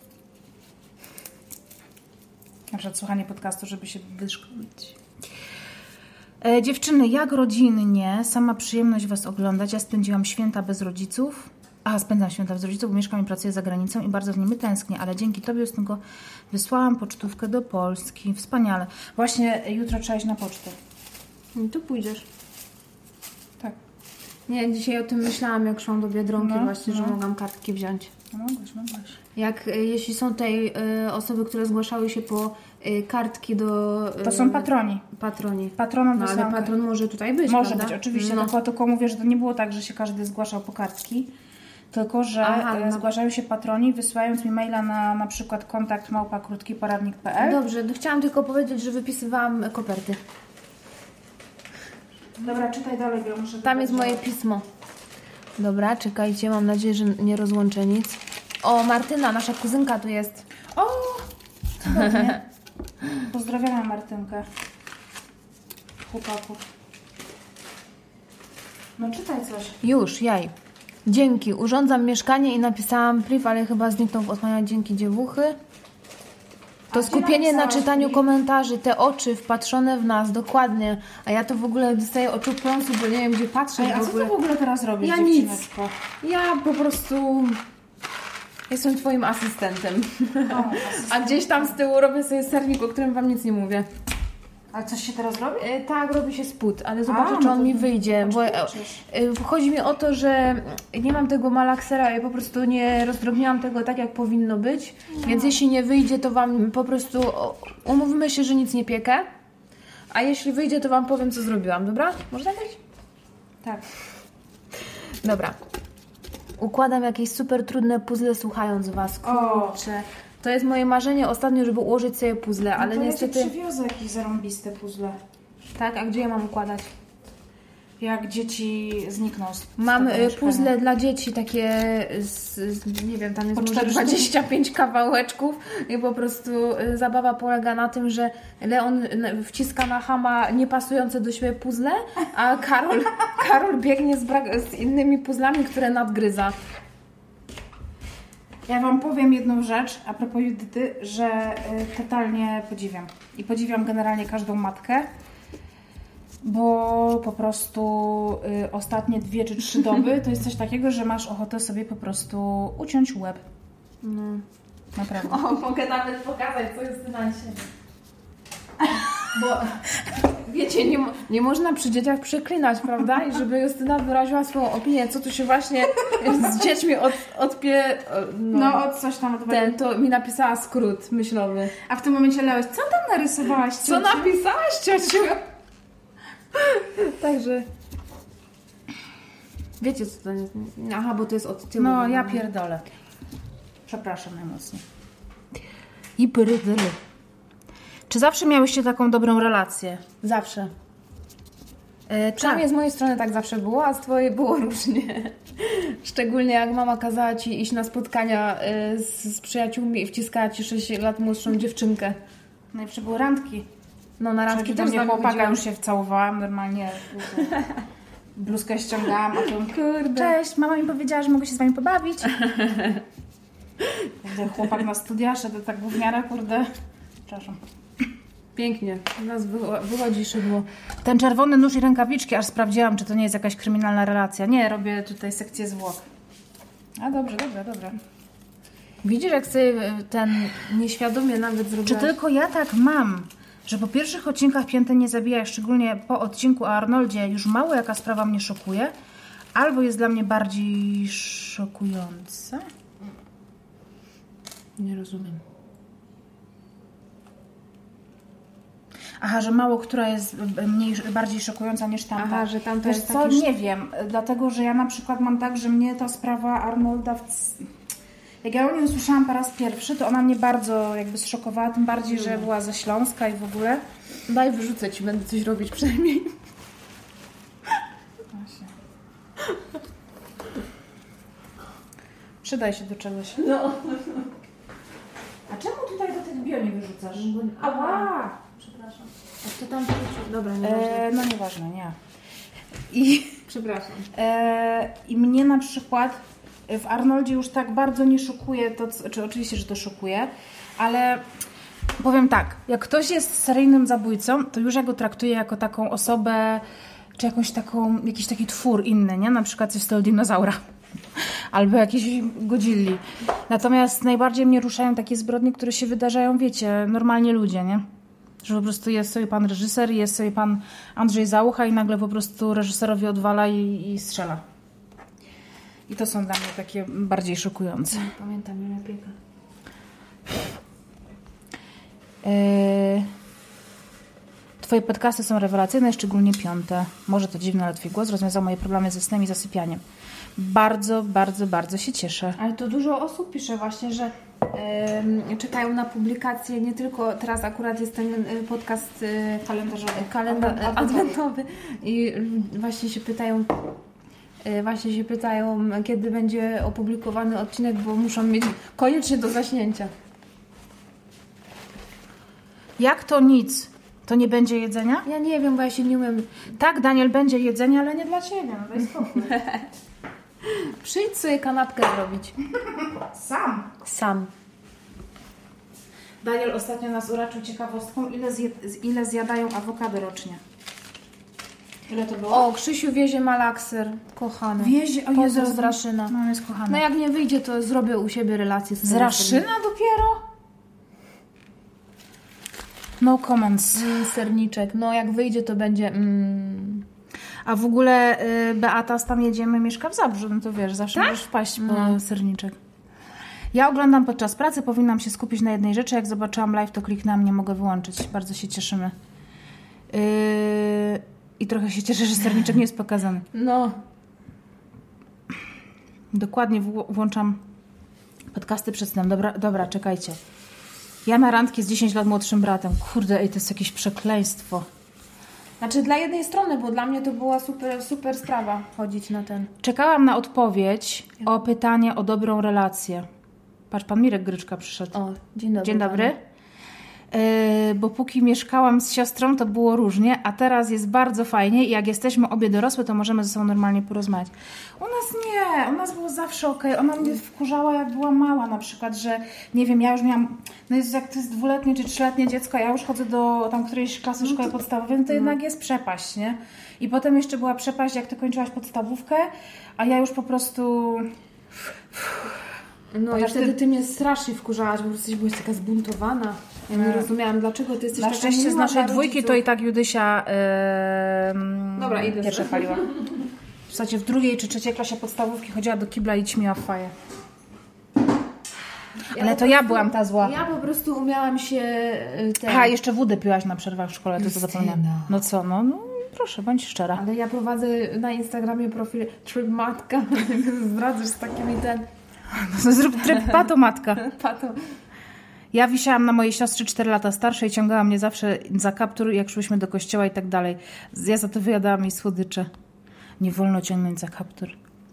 A: Na przykład słuchanie podcastu, żeby się wyszkolić. E, dziewczyny, jak rodzinnie, sama przyjemność Was oglądać. Ja spędziłam święta bez rodziców. A, spędzam święta bez rodziców, bo mieszkam i pracuję za granicą i bardzo z nimi tęsknię, ale dzięki Tobie już tylko wysłałam pocztówkę do Polski. Wspaniale. Właśnie jutro trzeba iść na pocztę.
B: I tu pójdziesz.
A: Tak.
B: Nie, dzisiaj o tym myślałam, jak szłam do Biedronki
A: no,
B: właśnie,
A: no.
B: że mogłam kartki wziąć.
A: No mogłaś, mogłaś.
B: Jak, jeśli są tutaj y, osoby, które zgłaszały się po y, kartki do... Y,
A: to są patroni.
B: Patroni.
A: Patronom
B: no, ale patron może tutaj być,
A: Może
B: prawda?
A: być, oczywiście.
B: No.
A: Tylko, tylko mówię, że to nie było tak, że się każdy zgłaszał po kartki. Tylko, że
B: Aha, no.
A: zgłaszają się patroni, wysyłając mi maila na na przykład kontakt małpa krótkiporadnik kropka p l.
B: Dobrze, chciałam tylko powiedzieć, że wypisywałam koperty.
A: Dobra, czytaj dalej, bo ja muszę...
B: Tam jest moje pismo. Dobra, czekajcie, mam nadzieję, że nie rozłączę nic. O, Martyna, nasza kuzynka tu jest.
A: O! Cudownie. Pozdrawiamy Martynkę. Chłopaków. No czytaj coś.
B: Już, jaj. Dzięki. Urządzam mieszkanie i napisałam priv, ale chyba zniknął w osłanianiu dzięki dziewuchy. To skupienie na czytaniu komentarzy, te oczy wpatrzone w nas, dokładnie. A ja to w ogóle dostaję oczu prąsu, bo nie wiem, gdzie patrzeć.
A: Ej, a co ty w ogóle teraz robisz,
B: Ja
A: dziewczyneczko?
B: nic. Ja po prostu jestem twoim asystentem.
A: O,
B: A gdzieś tam z tyłu robię sobie sernik, o którym wam nic nie mówię.
A: A coś się teraz robi?
B: E, tak, robi się spód, ale zobaczę,
A: A,
B: czy
A: no
B: on
A: to
B: mi wyjdzie. Bo, e, e, chodzi mi o to, że nie mam tego malaksera, ja po prostu nie rozdrobniłam tego tak, jak powinno być. No. Więc jeśli nie wyjdzie, to wam po prostu umówmy się, że nic nie piekę. A jeśli wyjdzie, to wam powiem, co zrobiłam, dobra? Można być?
A: Tak.
B: Dobra. Układam jakieś super trudne puzzle, słuchając was. Kurczę. To jest moje marzenie ostatnio, żeby ułożyć sobie puzzle,
A: No
B: ale
A: to
B: niestety...
A: Ja ci przywiozę jakieś zarąbiste puzzle.
B: Tak? A gdzie je mam układać?
A: Jak dzieci znikną z
B: Mam
A: z
B: puzzle dla dzieci, takie z, z, nie wiem, tam jest
A: Po
B: może dwadzieścia pięć kawałeczków i po prostu y, zabawa polega na tym, że Leon n- wciska na chama niepasujące do siebie puzzle, a Karol, Karol biegnie z, brak- z innymi puzzlami, które nadgryza.
A: Ja wam powiem jedną rzecz a propos Judyty, że y, totalnie podziwiam. I podziwiam generalnie każdą matkę, bo po prostu y, ostatnie dwie czy trzy doby to jest coś takiego, że masz ochotę sobie po prostu uciąć łeb.
B: No.
A: Naprawdę.
B: O, mogę nawet pokazać, co jest na siebie. Bo wiecie, nie, mo- nie można przy dzieciach przeklinać, prawda? I żeby Justyna wyraziła swoją opinię, co tu się właśnie z dziećmi od, odpie... No,
A: No od coś tam. Od
B: ten, to mi napisała skrót myślowy.
A: A w tym momencie Leoś, co tam narysowałaś?
B: Co
A: ciociu?
B: napisałaś, ciociu? Także... Wiecie, co to jest? Aha, bo to jest od tyłu.
A: No ja pierdolę. Przepraszam najmocniej.
B: I pyrydyly.
A: Czy zawsze miałyście taką dobrą relację?
B: Zawsze.
A: E,
B: Przynajmniej z mojej strony tak zawsze było, a z twojej było różnie. Szczególnie jak mama kazała ci iść na spotkania y, z, z przyjaciółmi i wciskała ci sześć lat młodszą dziewczynkę.
A: No i były randki.
B: No na randki
A: Przecież
B: też
A: do mnie
B: z nami
A: chłopaka
B: chodziłam.
A: już się wcałowałam normalnie. Bluzkę ściągałam, a tu
B: Kurde.
A: cześć, mama mi powiedziała, że mogę się z wami pobawić. Kurde, chłopak na studia szedł tak gówniara, kurde. Przepraszam.
B: Pięknie. U nas wycho- wychodzi szydło.
A: Ten czerwony nóż i rękawiczki, aż sprawdziłam, czy to nie jest jakaś kryminalna relacja. Nie, robię tutaj sekcję zwłok. A dobrze, dobrze, dobrze.
B: Widzisz, jak sobie ten nieświadomie nawet zrobiłaś?
A: Czy tylko ja tak mam, że po pierwszych odcinkach Pięty nie zabijaj, szczególnie po odcinku o Arnoldzie, już mało jaka sprawa mnie szokuje, albo jest dla mnie bardziej szokująca?
B: Nie rozumiem.
A: Aha, że mało która jest mniej, bardziej szokująca niż tamta.
B: Aha, że tamta
A: Wiesz
B: jest
A: co,
B: taki...
A: nie wiem, dlatego, że ja na przykład mam tak, że mnie ta sprawa Arnolda... W... Jak ja o niej usłyszałam po raz pierwszy, to ona mnie bardzo jakby zszokowała, tym bardziej, że była ze Śląska i w ogóle.
B: Daj, wyrzucę ci, będę coś robić przynajmniej.
A: Właśnie. Przydaj się do czegoś.
B: No.
A: A czemu tutaj do tych bio nie wyrzucasz?
B: Ała! Przepraszam. A to tam wyrzucił. Dobra, nieważne.
A: E, no nieważne, nie. I,
B: Przepraszam.
A: e, I mnie na przykład w Arnoldzie już tak bardzo nie szokuje to, co, czy oczywiście, że to szokuje, ale powiem tak, jak ktoś jest seryjnym zabójcą, to już ja go traktuję jako taką osobę, czy jakąś taką, jakiś taki twór inny, nie? Na przykład coś w stylu dinozaura. Albo jakieś Godzilli. Natomiast najbardziej mnie ruszają takie zbrodnie, które się wydarzają, wiecie, normalnie ludzie, nie? Że po prostu jest sobie pan reżyser, jest sobie pan Andrzej Załucha i nagle po prostu reżyserowi odwala i, i strzela. I to są dla mnie takie bardziej szokujące.
B: Pamiętam, nie opieka.
A: Eee, Twoje podcasty są rewelacyjne, szczególnie piąte. Może to dziwne, ale twój głos rozwiązał moje problemy ze snem i zasypianiem. Bardzo, bardzo, bardzo się cieszę.
B: Ale to dużo osób pisze właśnie, że yy, czekają na publikację, nie tylko teraz akurat jest ten podcast yy,
A: Kalendarzowy.
B: kalenda, adwentowy. adwentowy i właśnie się pytają yy, właśnie się pytają, kiedy będzie opublikowany odcinek, bo muszą mieć koniecznie do zaśnięcia.
A: Jak to nic? To nie będzie jedzenia?
B: Ja nie wiem, bo ja się nie umiem...
A: Tak, Daniel, będzie jedzenie, ale nie dla Ciebie. No daj spokój.
B: Przyjdź sobie kanapkę zrobić.
A: Sam.
B: Sam.
A: Daniel ostatnio nas uraczył ciekawostką, ile, zje, ile zjadają awokado rocznie. Ile to było?
B: O, Krzysiu wiezie malakser. Kochany.
A: Wiezie, o
B: Pozdro
A: Jezu,
B: z Raszyna.
A: No, jest kochana.
B: No jak nie wyjdzie, to zrobię u siebie relację z
A: Z Raszyna dopiero? No comments.
B: Mm, serniczek. No jak wyjdzie, to będzie... Mm.
A: A w ogóle y, Beata, tam jedziemy, mieszka w Zabrzu, no to wiesz, zawsze
B: Tak?
A: możesz wpaść po
B: No.
A: serniczek. Ja oglądam podczas pracy, powinnam się skupić na jednej rzeczy. Jak zobaczyłam live, to kliknęłam, nie mogę wyłączyć. Bardzo się cieszymy. Yy, I trochę się cieszę, że serniczek nie jest pokazany.
B: No.
A: Dokładnie w- włączam podcasty przed snem. Dobra, dobra, czekajcie. Ja na randki z dziesięć lat młodszym bratem. Kurde, ej, to jest jakieś przekleństwo.
B: Znaczy dla jednej strony, bo dla mnie to była super, super sprawa chodzić na ten.
A: Czekałam na odpowiedź o pytanie o dobrą relację. Patrz, pan Mirek Gryczka przyszedł.
B: O, dzień dobry.
A: Dzień dobry. Yy, bo póki mieszkałam z siostrą, to było różnie, a teraz jest bardzo fajnie i jak jesteśmy obie dorosłe, to możemy ze sobą normalnie porozmawiać. U nas nie, u nas było zawsze okej. Ona mnie wkurzała, jak była mała na przykład, że nie wiem, ja już miałam, no jest, jak to jest dwuletnie czy trzyletnie dziecko, ja już chodzę do tam którejś klasy w szkole podstawowej, no to jednak jest przepaść, nie? I potem jeszcze była przepaść, jak ty kończyłaś podstawówkę, a ja już po prostu...
B: No
A: Chociaż
B: i wtedy
A: ty-
B: ty mnie strasznie wkurzałaś, bo jesteś, byłaś taka zbuntowana. Ja nie
A: Nie.
B: rozumiałam, dlaczego ty jesteś
A: Na
B: taka
A: szczęście z
B: miła
A: naszej
B: dla
A: dwójki
B: rodziców.
A: to i tak Judysia yy,
B: Dobra, idę
A: pierwsza
B: sobie.
A: paliła. W zasadzie w drugiej czy trzeciej klasie podstawówki chodziła do kibla i ćmiła w faję. Ale
B: po
A: to ja
B: prostu-
A: byłam ta zła.
B: Ja po prostu umiałam się... y, Ten...
A: Aha, jeszcze wódę piłaś na przerwach w szkole, to to
B: Justyna.
A: zapomniałam. No co, no, no proszę, bądź szczera.
B: Ale ja prowadzę na Instagramie profil Trip Matka. Zdradzasz z takimi ten...
A: Zrób tryb pato, matka.
B: Pato.
A: Ja wisiałam na mojej siostry cztery lata starszej, ciągała mnie zawsze za kaptur, jak szłyśmy do kościoła i tak dalej. Ja za to wyjadałam jej słodycze. Nie wolno ciągnąć za kaptur.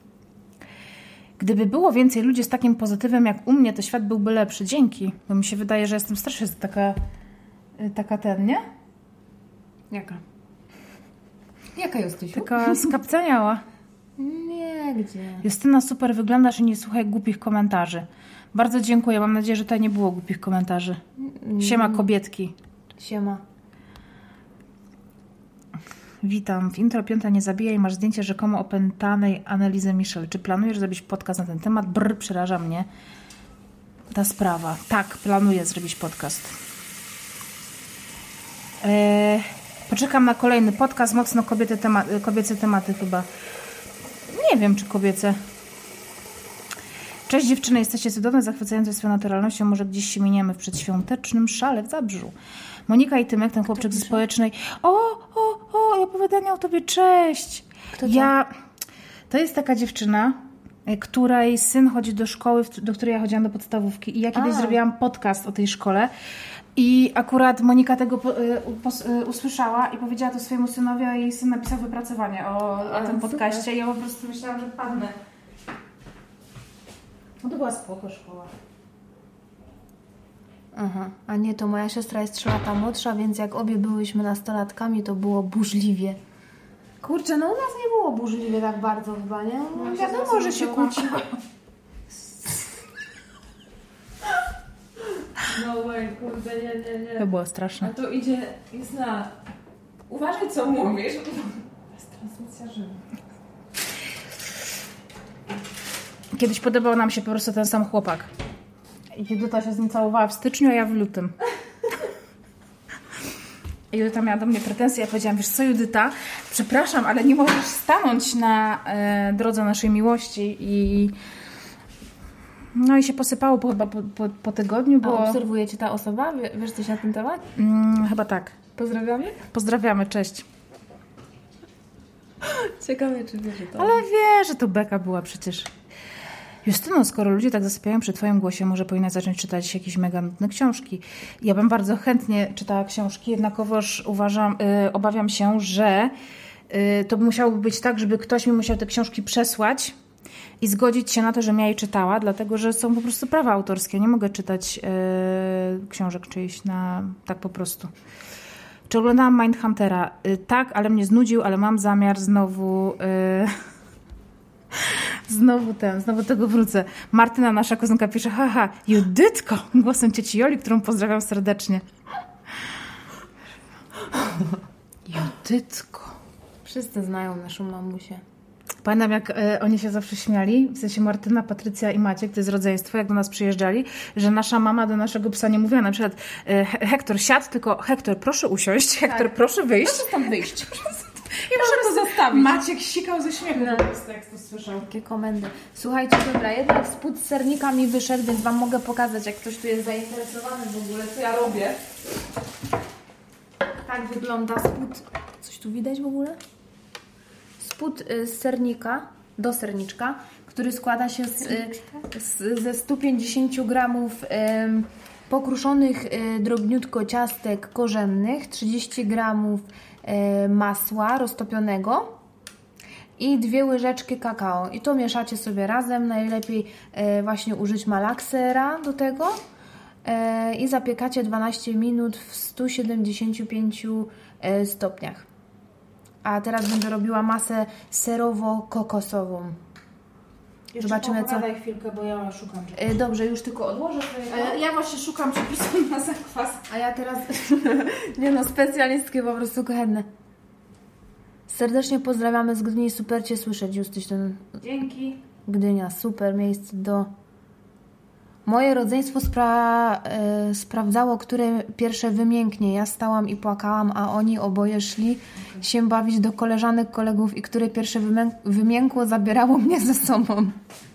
A: Gdyby było więcej ludzi z takim pozytywem jak u mnie, to świat byłby lepszy. Dzięki. Bo mi się wydaje, że jestem strasznie taka, taka ten, nie?
B: Jaka? Jaka Justysiu?
A: Taka skapceniała.
B: Nie, gdzie?
A: Justyna, super wyglądasz i nie słuchaj głupich komentarzy. Bardzo dziękuję. Mam nadzieję, że tutaj nie było głupich komentarzy. Siema kobietki.
B: Siema.
A: Witam. W intro Piąta nie zabijaj. Masz zdjęcie rzekomo opętanej Annelizy Michel. Czy planujesz zrobić podcast na ten temat? Brr, przeraża mnie ta sprawa. Tak, planuję zrobić podcast. Eee, poczekam na kolejny podcast. Mocno kobiety tema- kobiece tematy chyba. Nie wiem, czy kobiece. Cześć dziewczyny, jesteście cudowne, zachwycające swoją naturalnością. Może gdzieś się miniemy w przedświątecznym szale w Zabrzu. Monika i Tymek, ten chłopczyk ze społecznej. O, o, o, i opowiadania o tobie, cześć.
B: Kto to?
A: Ja, to jest taka dziewczyna, której syn chodzi do szkoły, w- do której ja chodziłam do podstawówki. I ja kiedyś
B: A.
A: zrobiłam podcast o tej szkole. I akurat Monika tego po, y, pos, y, usłyszała i powiedziała to swojemu synowi, a jej syn napisał wypracowanie o, o
B: A,
A: tym
B: super.
A: podcaście. I ja po prostu myślałam, że padnę. No to była spoko szkoła.
B: Aha. A nie, to moja siostra jest trzy lata młodsza, więc jak obie byłyśmy nastolatkami, to było burzliwie. Kurczę, no u nas nie było burzliwie tak bardzo chyba, nie? No,
A: No,
B: wiadomo, że się kłóciła. No way, kurde, nie, nie, nie.
A: To było straszne.
B: A to idzie, jest na... Uważaj, co mówisz. To jest transmisja żywa.
A: Kiedyś podobał nam się po prostu ten sam chłopak. I Judyta się z nim całowała w styczniu, a ja w lutym. I Judyta miała do mnie pretensje. Ja powiedziałam, wiesz co Judyta, przepraszam, ale nie możesz stanąć na e, drodze naszej miłości. I no i się posypało po, chyba po, po, po tygodniu.
B: A
A: Było,
B: obserwuje cię ta osoba? Wie- Wiesz coś na ten temat?
A: mm, chyba tak.
B: Pozdrawiamy?
A: Pozdrawiamy, cześć.
B: Ciekawe, czy wie, że to...
A: Ale wie, że to beka była przecież. Justyno, skoro ludzie tak zasypiają przy twoim głosie, może powinnaś zacząć czytać jakieś mega nudne książki. Ja bym bardzo chętnie czytała książki, jednakowoż uważam, yy, obawiam się, że yy, to musiałoby być tak, żeby ktoś mi musiał te książki przesłać i zgodzić się na to, żebym ja je czytała, dlatego że są po prostu prawa autorskie. Nie mogę czytać yy, książek czyjś na tak po prostu. Czy oglądałam Mindhuntera? Yy, tak, ale mnie znudził, ale mam zamiar znowu... Yy, Znowu ten, znowu tego wrócę. Martyna, nasza kuzynka, pisze, haha, Judytko, głosem cieci Joli, którą pozdrawiam serdecznie. Judytko.
B: Wszyscy znają naszą mamusię.
A: Pamiętam, jak e, oni się zawsze śmiali, w sensie Martyna, Patrycja i Maciek, to jest rodzeństwo, jak do nas przyjeżdżali, że nasza mama do naszego psa nie mówiła na przykład e, Hektor siadł, tylko Hektor, proszę usiąść, Hektor,
B: tak.
A: proszę wyjść.
B: Proszę stąd wyjść.
A: I proszę to zostawić. Maciek sikał ze śmiechu, no. Po prostu, jak to słyszał.
B: Takie komendy. Słuchajcie, dobra, jednak spód z sernika mi wyszedł, więc wam mogę pokazać, jak ktoś tu jest zainteresowany w ogóle, co ja robię. Tak wygląda spód. Coś tu widać w ogóle? Spód z sernika, do serniczka, który składa się z, z, ze stu pięćdziesięciu gramów ym, pokruszonych y, drobniutko ciastek korzennych, trzydzieści gramów y, masła roztopionego i dwie łyżeczki kakao. I to mieszacie sobie razem. Najlepiej y, właśnie użyć malaksera do tego y, i zapiekacie dwanaście minut w stu siedemdziesięciu pięciu y, stopniach. A teraz będę robiła masę serowo-kokosową.
A: Jeszcze
B: zobaczymy, co...
A: Daj chwilkę, bo ja szukam.
B: Yy, dobrze, już tylko odłożę sobie.
A: Ja właśnie szukam przepisu na zakwas.
B: A ja teraz... Nie no, specjalistki po prostu kochane. Serdecznie pozdrawiamy z Gdyni. Super Cię słyszeć, Justyś. Ten...
A: Dzięki.
B: Gdynia, super miejsce do... Moje rodzeństwo spra... yy, sprawdzało, które pierwsze wymięknie. Ja stałam i płakałam, a oni oboje szli się bawić do koleżanek, kolegów i które pierwsze wymę... wymiękło, zabierało mnie ze sobą.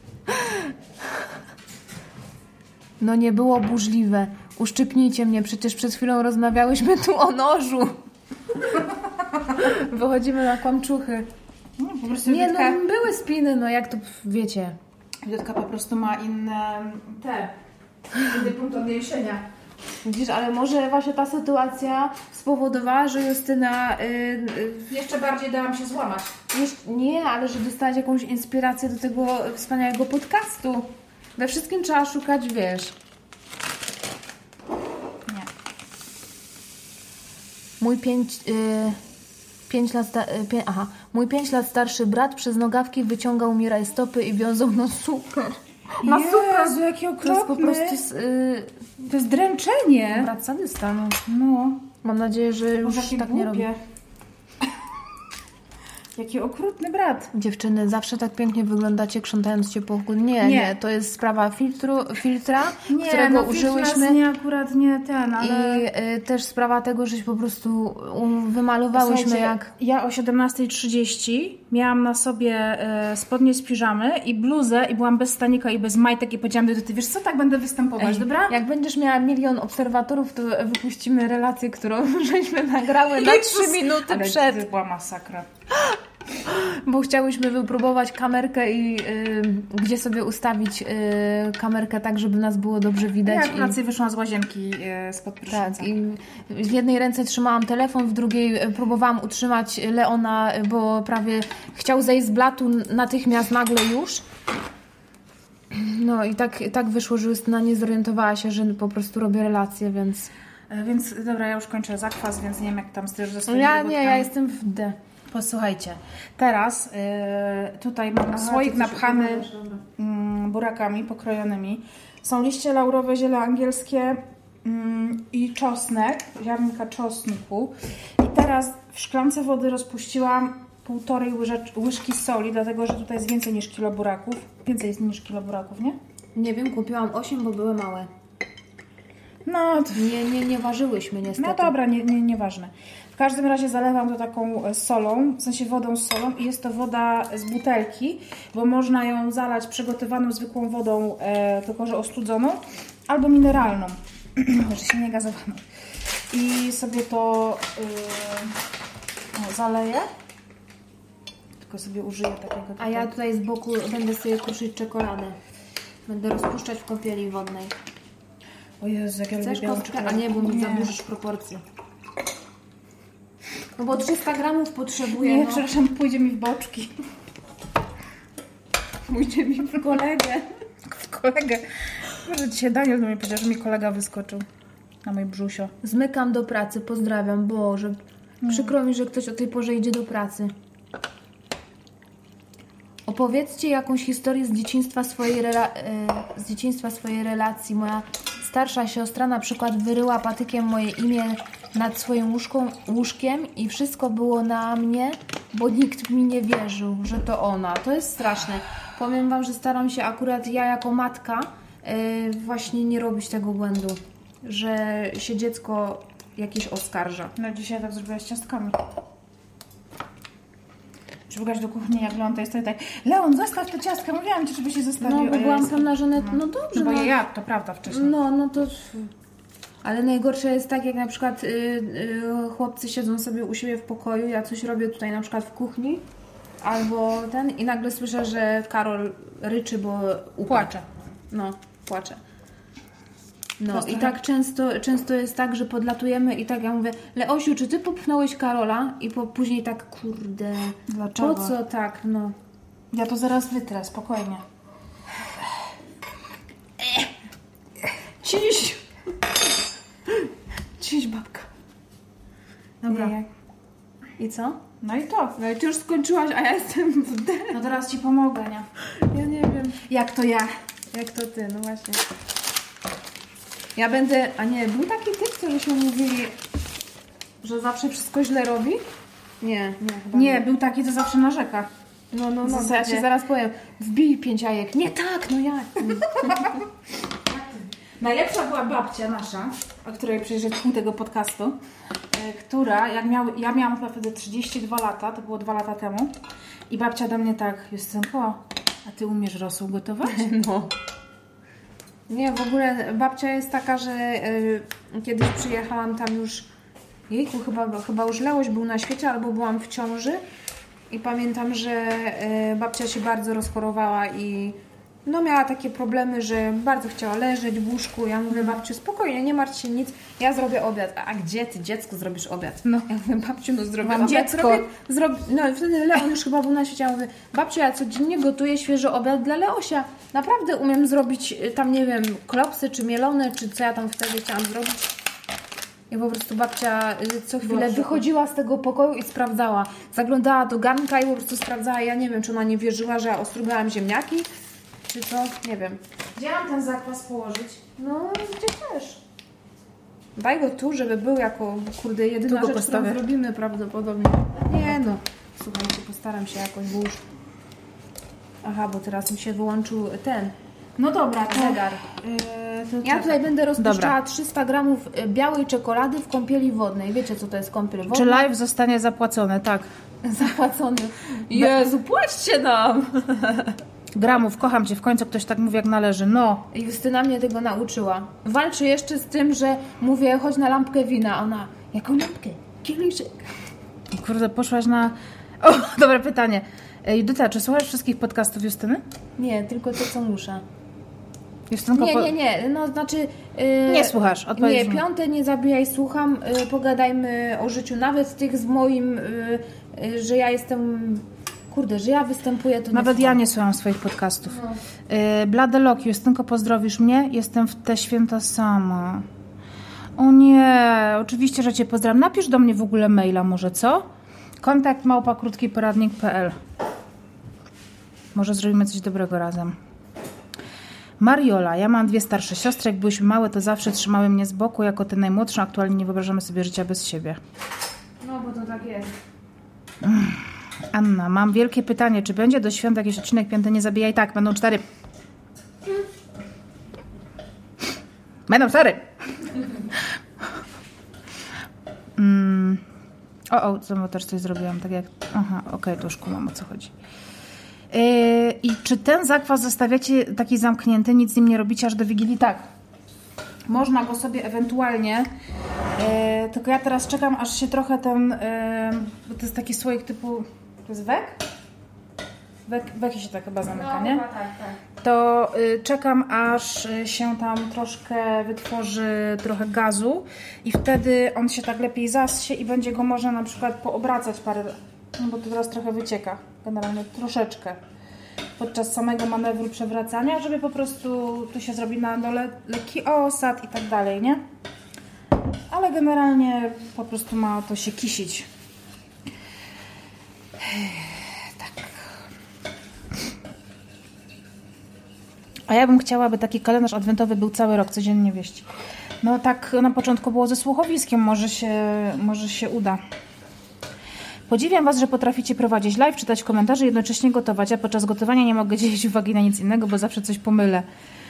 B: No nie było burzliwe. Uszczypnijcie mnie, przecież przed chwilą rozmawiałyśmy tu o nożu. Wychodzimy na kłamczuchy.
A: No, po prostu
B: nie,
A: Judytka...
B: no były spiny, no jak to wiecie.
A: Judytka po prostu ma inne te, inny punkt odniesienia.
B: Widzisz, ale może właśnie ta sytuacja spowodowała, że Justyna... Yy, yy,
A: Jeszcze bardziej dałam się złamać.
B: jeszcze, nie, ale że dostałaś jakąś inspirację do tego wspaniałego podcastu. We wszystkim trzeba szukać, wiesz.
A: Nie.
B: Mój pięć... Yy, Pięć lat, sta- pię- aha. Mój pięć lat starszy brat przez nogawki wyciągał mi rajstopy i wiązał na super.
A: Na super, jaki okropny.
B: To jest po prostu... Yy,
A: to jest dręczenie.
B: Brat sadysta, no.
A: No.
B: Mam nadzieję, że już tak
A: głupie.
B: nie robi.
A: Jaki okrutny brat.
B: Dziewczyny, zawsze tak pięknie wyglądacie, krzątając się po ogóle. Nie, nie, nie, to jest sprawa filtru, filtra,
A: nie,
B: którego
A: no,
B: użyłyśmy.
A: Nie, akurat nie ten, ale...
B: I y, też sprawa tego, żeś po prostu um, wymalowałyśmy. Słuchajcie, jak...
A: Ja o siedemnasta trzydzieści miałam na sobie y, spodnie z piżamy i bluzę i byłam bez stanika i bez majtek i powiedziałam do ty, wiesz co, tak będę występować,
B: Ej,
A: dobra?
B: Jak będziesz miała milion obserwatorów, to wypuścimy relację, którą żeśmy nagrały na trzy minuty
A: ale
B: przed.
A: To była masakra.
B: Bo chciałyśmy wypróbować kamerkę i y, gdzie sobie ustawić y, kamerkę tak, żeby nas było dobrze widać.
A: Ja akurat i... wyszłam z łazienki y, spod prysznica.
B: Tak, i w jednej ręce trzymałam telefon, w drugiej próbowałam utrzymać Leona, bo prawie chciał zejść z blatu natychmiast, nagle już. No i tak, tak wyszło, że Justyna nie zorientowała się, że po prostu robię relację, więc...
A: Więc dobra, ja już kończę zakwas, więc nie wiem jak tam styż ze swoimi
B: Ja nie, ja jestem w D.
A: Posłuchajcie, teraz y, tutaj mam Aha, słoik napchany y, burakami pokrojonymi. Są liście laurowe, ziele angielskie y, i czosnek, ziarnka czosnku. I teraz w szklance wody rozpuściłam półtorej łyżecz, łyżki soli, dlatego że tutaj jest więcej niż kilo buraków. Więcej jest niż kilo buraków, nie?
B: Nie wiem, kupiłam osiem, bo były małe.
A: No, to...
B: nie, nie, nie ważyłyśmy niestety.
A: No dobra, nie, nie, nieważne. W każdym razie zalewam to taką solą, w sensie wodą z solą i jest to woda z butelki, bo można ją zalać przygotowaną zwykłą wodą, e, tylko że ostudzoną, albo mineralną, że się nie gazowaną. i sobie to yy, no, zaleję. Tylko sobie użyję takiego.
B: A ja tutaj z boku będę sobie kruszyć czekoladę. Będę rozpuszczać w kąpieli wodnej.
A: O Jezu, jak ja lubię
B: Chcesz
A: białą
B: kostkę? A
A: czekoladę.
B: nie, bo mi
A: Nie.
B: zaburzysz proporcje. No bo trzysta gramów potrzebuję.
A: Nie,
B: no.
A: przepraszam, pójdzie mi w boczki.
B: Pójdzie mi w kolegę.
A: W kolegę. Może dzisiaj Daniel do mnie powiedział, że mi kolega wyskoczył na mój brzusio.
B: Zmykam do pracy, pozdrawiam. Boże, przykro mi, że ktoś o tej porze idzie do pracy. Opowiedzcie jakąś historię z dzieciństwa swojej, rela- e, z dzieciństwa swojej relacji. Moja starsza siostra na przykład wyryła patykiem moje imię nad swoim łóżką, łóżkiem i wszystko było na mnie, bo nikt mi nie wierzył, że to ona. To jest straszne. Powiem Wam, że staram się akurat ja jako matka e, właśnie nie robić tego błędu, że się dziecko jakieś oskarża.
A: No dzisiaj tak zrobiłaś z ciastkami. Przybyłaś do kuchni, jak Leon to jest tak, Leon, zostaw te ciastka, mówiłam Ci, żeby się zostawił.
B: No,
A: a
B: bo
A: ja
B: byłam
A: jestem-
B: pewna, że one... No dobrze,
A: No bo
B: no.
A: je jadł, to prawda, wcześniej.
B: No, no to... Ale najgorsze jest tak, jak na przykład y, y, chłopcy siedzą sobie u siebie w pokoju, ja coś robię tutaj na przykład w kuchni, albo ten i nagle słyszę, że Karol ryczy, bo upadł.
A: Płacze.
B: No, płacze. No
A: Prosto
B: i
A: jak-
B: tak często, często jest tak, że podlatujemy i tak ja mówię, Leosiu, czy ty popchnąłeś Karola? I po, później tak, kurde,
A: Dlaczego?
B: po co tak, no.
A: Ja to zaraz wytrę, spokojnie.
B: Ciś! Ciś, babka. Dobra.
A: Nie, jak-
B: I co?
A: No i to.
B: No i ty już skończyłaś, a ja jestem w D.
A: No teraz Ci pomogę, nie?
B: Ja nie wiem.
A: Jak to ja?
B: Jak to ty, no właśnie. Ja będę... A nie, był taki typ, co żeśmy mówili, że zawsze wszystko źle robi? Nie, nie, chyba
A: Nie, był taki, co zawsze narzeka.
B: No, no,
A: w
B: no, ja
A: zasadzie.
B: ci zaraz powiem. Wbij pięć jajek. Nie tak, no jak?
A: Najlepsza była babcia nasza, o której przecież jest pół tego podcastu, e, która, jak miał, ja miałam chyba wtedy trzydzieści dwa lata, to było dwa lata temu, i babcia do mnie tak, Justynko, a Ty umiesz rosół gotować?
B: No. Nie, w ogóle babcia jest taka, że y, kiedyś przyjechałam tam już, jejku, chyba, chyba już Leoś był na świecie, albo byłam w ciąży i pamiętam, że y, babcia się bardzo rozchorowała i no miała takie problemy, że bardzo chciała leżeć w łóżku. Ja mówię, babciu, spokojnie, nie martw się nic, ja zrobię obiad. A gdzie ty, dziecku, zrobisz obiad?
A: No.
B: Ja mówię, babciu, no zrobię
A: Mam
B: obiad.
A: dziecko.
B: Zrobię, zrobię. No i wtedy Leon już chyba był na świecie. Ja mówię, babciu, ja codziennie gotuję świeży obiad dla Leosia. Naprawdę umiem zrobić y, tam, nie wiem, klopsy, czy mielone, czy co ja tam wtedy chciałam zrobić. I po prostu babcia y, co chwilę
A: Była w szoku.
B: wychodziła z tego pokoju i sprawdzała. Zaglądała do garnka i po prostu sprawdzała. Ja nie wiem, czy ona nie wierzyła, że ja ostrugałam ziemniaki, czy co, nie wiem.
A: Gdzie mam ten zakwas położyć?
B: No, gdzie też. Daj go tu, żeby był jako, kurde, jedyna
A: Tu go
B: rzecz,
A: postawię.
B: którą zrobimy prawdopodobnie. Nie no, słuchajcie, postaram się jakoś, bo już... Aha, bo teraz mi się wyłączył ten
A: No dobra, to...
B: zegar.
A: Yy, to
B: Ja
A: czekaj.
B: tutaj będę rozpuszczała
A: Dobra.
B: trzysta gramów białej czekolady w kąpieli wodnej. Wiecie, co to jest kąpiel wodna?
A: Czy live zostanie zapłacony? Tak.
B: Zapłacony. Jezu, płaćcie nam!
A: Gramów, kocham Cię, w końcu ktoś tak mówi jak należy. No.
B: Justyna mnie tego nauczyła. Walczy jeszcze z tym, że mówię, chodź na lampkę wina. A ona, jaką lampkę? Kieliszek.
A: Kurde, poszłaś na... O, dobre pytanie. E, Judyta, czy słuchasz wszystkich podcastów Justyny?
B: Nie, tylko to, co muszę.
A: Justynko,
B: Nie,
A: po-
B: nie, nie, no znaczy... Yy,
A: Nie słuchasz, odpowiedz
B: Nie,
A: mi.
B: piąte nie zabijaj, słucham, yy, pogadajmy o życiu, nawet tych z moim, yy, yy, że ja jestem, kurde, że ja występuję, to
A: Nawet
B: nie
A: ja
B: słucham.
A: nie słucham swoich podcastów.
B: No.
A: Yy, Blade Loki, Justynko, pozdrowisz mnie? Jestem w te święta sama. O nie, oczywiście, że Cię pozdrawiam. Napisz do mnie w ogóle maila może, co? Kontakt małpa krótki poradnik kropka p l. Może zrobimy coś dobrego razem. Mariola, ja mam dwie starsze siostry. Jak byłyśmy małe, to zawsze trzymały mnie z boku jako tę najmłodszą. Aktualnie nie wyobrażamy sobie życia bez siebie.
B: No, bo to tak jest.
A: Anna, mam wielkie pytanie. Czy będzie do świąt jakiś odcinek Piąte nie zabijaj? Tak, będą cztery. Będą cztery. Mm. O, o, znowu też coś zrobiłam. Tak jak... Aha, okej, to już kumam, o co chodzi. Yy, I czy ten zakwas zostawiacie taki zamknięty, nic z nim nie robicie aż do Wigilii? Tak. Można go sobie ewentualnie Yy, tylko ja teraz czekam, aż się trochę ten, yy, bo to jest taki słoik typu, to jest wek? Wek, weki się tak chyba zamyka,
B: no,
A: nie?
B: Chyba tak, tak.
A: To yy, czekam, aż się tam troszkę wytworzy trochę gazu i wtedy on się tak lepiej zassie i będzie go można na przykład poobracać parę, no bo to teraz trochę wycieka, generalnie troszeczkę. Podczas samego manewru przewracania, żeby po prostu tu się zrobi na dole lekki osad i tak dalej, nie? Ale generalnie po prostu ma to się kisić. Tak. A ja bym chciała, aby taki kalendarz adwentowy był cały rok, codziennie wieści. No tak na początku było ze słuchowiskiem, może się, może się uda. Podziwiam Was, że potraficie prowadzić live, czytać komentarze i jednocześnie gotować. Ja podczas gotowania nie mogę dzielić uwagi na nic innego, bo zawsze coś pomylę.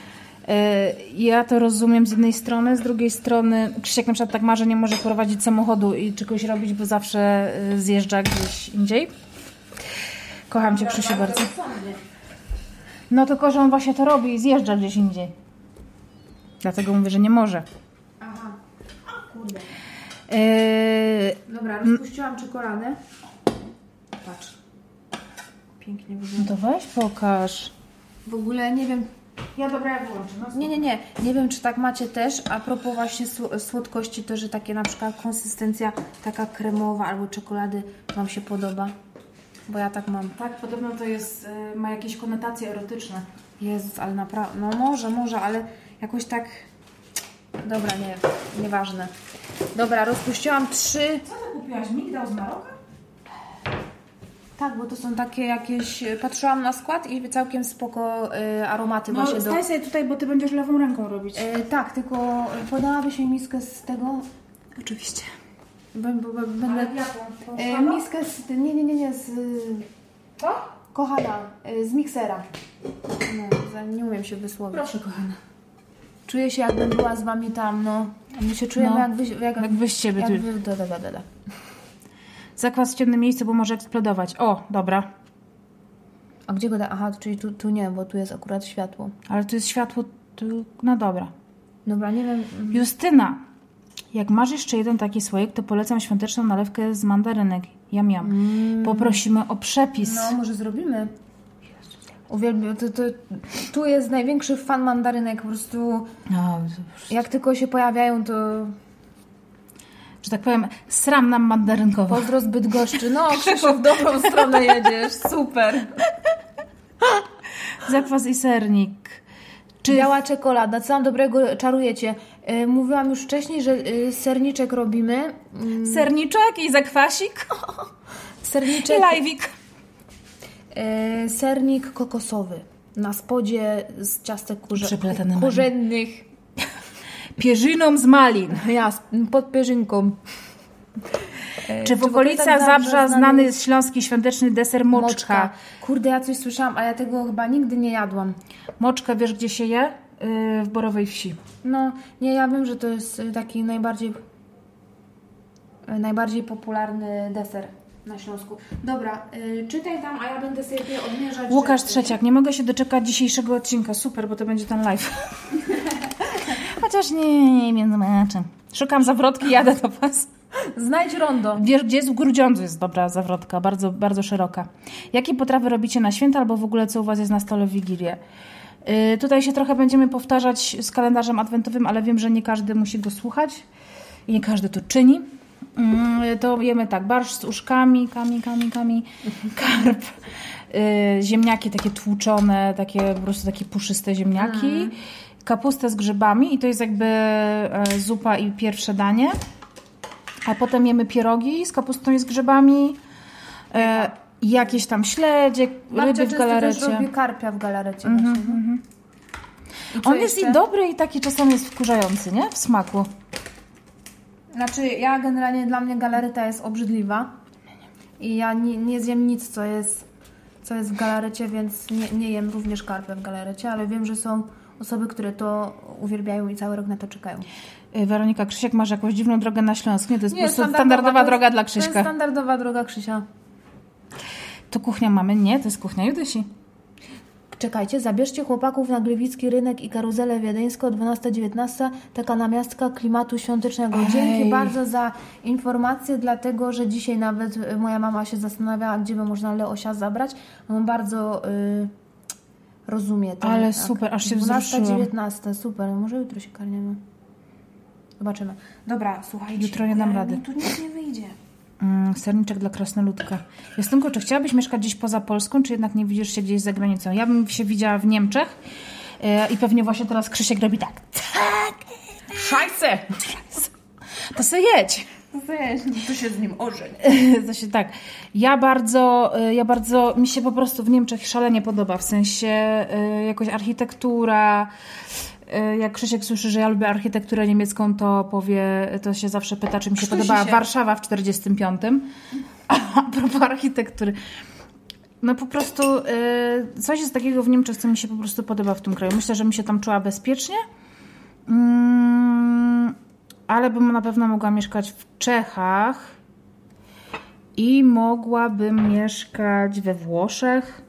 A: Ja to rozumiem z jednej strony, z drugiej strony Krzysiek na przykład tak ma, że nie może prowadzić samochodu i czegoś robić, bo zawsze zjeżdża gdzieś indziej. Kocham Cię, Krzysiu, bardzo. No tylko, że on właśnie to robi i zjeżdża gdzieś indziej. Dlatego mówię, że nie może.
B: Aha, kurde.
A: Yy...
B: Dobra, rozpuściłam czekoladę. Patrz. Pięknie wygląda.
A: No to weź pokaż.
B: W ogóle nie wiem...
A: Ja dobra, ja wyłączę. No,
B: nie, nie, nie. Nie wiem, czy tak macie też. A propos właśnie słodkości, to, że takie na przykład konsystencja taka kremowa albo czekolady Wam się podoba. Bo ja tak mam.
A: Tak, podobno to jest, y, ma jakieś konotacje erotyczne.
B: Jezus, ale naprawdę... No może, może, ale jakoś tak... Dobra, nie, nieważne. Dobra, rozpuściłam trzy...
A: Co ty kupiłaś? Migdał z Maroka?
B: Tak, bo to są takie jakieś... Patrzyłam na skład i całkiem spoko y, aromaty
A: No,
B: właśnie
A: staj
B: do...
A: sobie tutaj, bo Ty będziesz lewą ręką robić.
B: Y, tak, tylko podałabyś mi miskę z tego...
A: Oczywiście.
B: Bo, bo, bo, będę...
A: Ale jaką?
B: Y, miskę z... Nie, nie, nie, nie, z...
A: Co?
B: Kochana, y, z miksera. No, za- nie umiem się wysłowić.
A: Proszę, kochana.
B: Czuję się, jakbym była z Wami tam, no. My się czujemy
A: No,
B: jak wy... Jak,
A: Jak Wy z siebie.
B: jak
A: Tu.
B: wy da, da, da, da, da.
A: Zakwas w ciemnym miejscu, bo może eksplodować. O, dobra.
B: A gdzie go da? Aha, czyli tu, tu nie, bo tu jest akurat światło.
A: Ale tu jest światło. Tu... No dobra.
B: Dobra, nie wiem...
A: Justyna. Jak masz jeszcze jeden taki słoik, to polecam świąteczną nalewkę z mandarynek. Jam, jam.
B: Mm.
A: Poprosimy o przepis.
B: No, może zrobimy. Uwielbiam. To, to, tu jest największy fan mandarynek. Po prostu
A: No,
B: jak tylko się pojawiają, to
A: że tak powiem, sram nam mandarynkowo.
B: pozdro z Bydgoszczy. No, Krzysztof, w dobrą stronę jedziesz. Super.
A: Zakwas i sernik.
B: Czy biała czekolada. Co tam dobrego czarujecie? Yy, mówiłam już wcześniej, że yy, serniczek robimy. Yy,
A: Serniczek i zakwasik.
B: serniczek.
A: I lajwik.
B: Yy, sernik kokosowy. Na spodzie z ciastek kurze-
A: Przeplatane
B: korzennych.
A: Pierzyną z malin.
B: Ja, pod pierzynką.
A: Czy w okolicach Zabrza znany jest śląski świąteczny deser moczka?
B: Moczka. Kurde, ja coś słyszałam, a ja tego chyba nigdy nie jadłam.
A: Moczkę wiesz, gdzie się je? Yy, w Borowej Wsi.
B: No, nie, ja wiem, że to jest taki najbardziej najbardziej popularny deser na Śląsku. Dobra, yy, czytaj tam, a ja będę sobie odmierzać.
A: Łukasz
B: rzeczy.
A: Trzeciak, nie mogę się doczekać dzisiejszego odcinka. Super, bo to będzie ten live. Chociaż nie, nie wiem na czym. Szukam zawrotki, jadę do Was.
B: Znajdź rondo.
A: Wiesz, gdzie jest? W Grudziądzu jest dobra zawrotka, bardzo, bardzo szeroka. Jakie potrawy robicie na święta albo w ogóle co u Was jest na stole w Wigilię? Yy, tutaj się trochę będziemy powtarzać z kalendarzem adwentowym, ale wiem, że nie każdy musi go słuchać i nie każdy to czyni. Yy, to jemy tak, barszcz z uszkami, kami, kami, kami, karp, yy, ziemniaki takie tłuczone, takie po prostu takie puszyste ziemniaki, mm. kapustę z grzybami i to jest jakby yy, zupa i pierwsze danie. A potem jemy pierogi z kapustą i z grzybami, e, jakieś tam śledzie, ryby w galarecie.
B: Też robi karpia w galarecie.
A: Mm-hmm,
B: właśnie,
A: mm-hmm.
B: I
A: On
B: jeszcze?
A: jest i dobry i taki czasami jest wkurzający, nie? W smaku.
B: Znaczy ja generalnie, dla mnie galareta jest obrzydliwa i ja nie, nie zjem nic, co jest, co jest w galarecie, więc nie, nie jem również karpia w galarecie, ale wiem, że są osoby, które to uwielbiają i cały rok na to czekają.
A: Weronika, Krzysiek, masz jakąś dziwną drogę na Śląsk. Nie, to jest
B: Nie,
A: po prostu
B: standardowa,
A: standardowa
B: to jest,
A: droga dla
B: To
A: Krzyśka.
B: jest standardowa droga Krzysia.
A: To kuchnia mamy? Nie, to jest kuchnia Judysi.
B: czekajcie, zabierzcie chłopaków na Gliwicki Rynek i Karuzelę Wiedeńską dwunasta dziewiętnaście, taka namiastka klimatu świątecznego.
A: Ej.
B: Dzięki bardzo za informację, dlatego, że dzisiaj nawet moja mama się zastanawiała, gdzie by można Leosia zabrać. On bardzo y, rozumie to.
A: Ale super, aż się
B: dwunasta
A: wzruszyłam.
B: dziewiętnaście, super, może jutro się karniemy. Zobaczymy. Dobra, słuchajcie.
A: Jutro nie dam rady.
B: Mi tu nic nie wyjdzie.
A: Mm, serniczek dla krasnoludka. Justynko, czy chciałabyś mieszkać gdzieś poza Polską, czy jednak nie widzisz się gdzieś za granicą? Ja bym się widziała w Niemczech yy, i pewnie właśnie teraz Krzysiek robi tak. Tak! Szajce! To se jedź!
B: To wiesz, to się z nim ożeń.
A: To się tak. Ja bardzo, yy, ja bardzo, mi się po prostu w Niemczech szalenie podoba, w sensie yy, jakoś architektura. Jak Krzysiek słyszy, że ja lubię architekturę niemiecką, to powie, to się zawsze pyta, czy mi się
B: Krztusi
A: podobała
B: się.
A: Warszawa w czterdziestym piątym. A propos architektury. No po prostu y, coś jest takiego w Niemczech, co mi się po prostu podoba w tym kraju. Myślę, że mi się tam czuła bezpiecznie, mm, ale bym na pewno mogła mieszkać w Czechach i mogłabym mieszkać we Włoszech.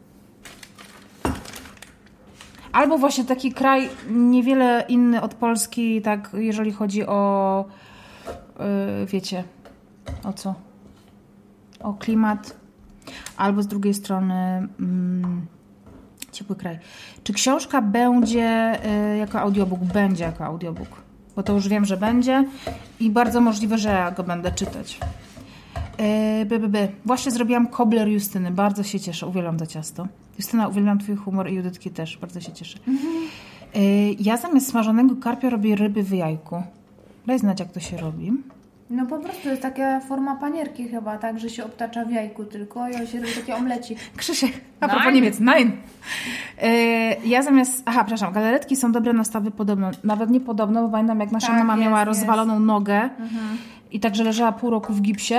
A: Albo właśnie taki kraj niewiele inny od Polski, tak jeżeli chodzi o, yy, wiecie, o co? O klimat. Albo z drugiej strony mm, ciepły kraj. Czy książka będzie yy, jako audiobook? Będzie jako audiobook. Bo to już wiem, że będzie i bardzo możliwe, że ja go będę czytać. Yy, by, by, by. Właśnie zrobiłam kobler Justyny. Bardzo się cieszę. Uwielbiam to ciasto. Justyna, uwielbiam twój humor i Judytki też. Bardzo się cieszę. Mhm. Yy, ja zamiast smażonego karpia robię ryby w jajku. Daj znać, jak to się robi.
B: No po prostu jest taka forma panierki chyba, tak, że się obtacza w jajku tylko i on się robi taki omlecik.
A: Krzysiek, a propos Niemiec, nein. Yy, ja zamiast, aha, przepraszam, galaretki są dobre na stawy podobno. Nawet nie podobno, bo pamiętam, jak nasza
B: tak,
A: mama
B: jest,
A: miała
B: jest.
A: rozwaloną nogę mhm. i także leżała pół roku w gipsie.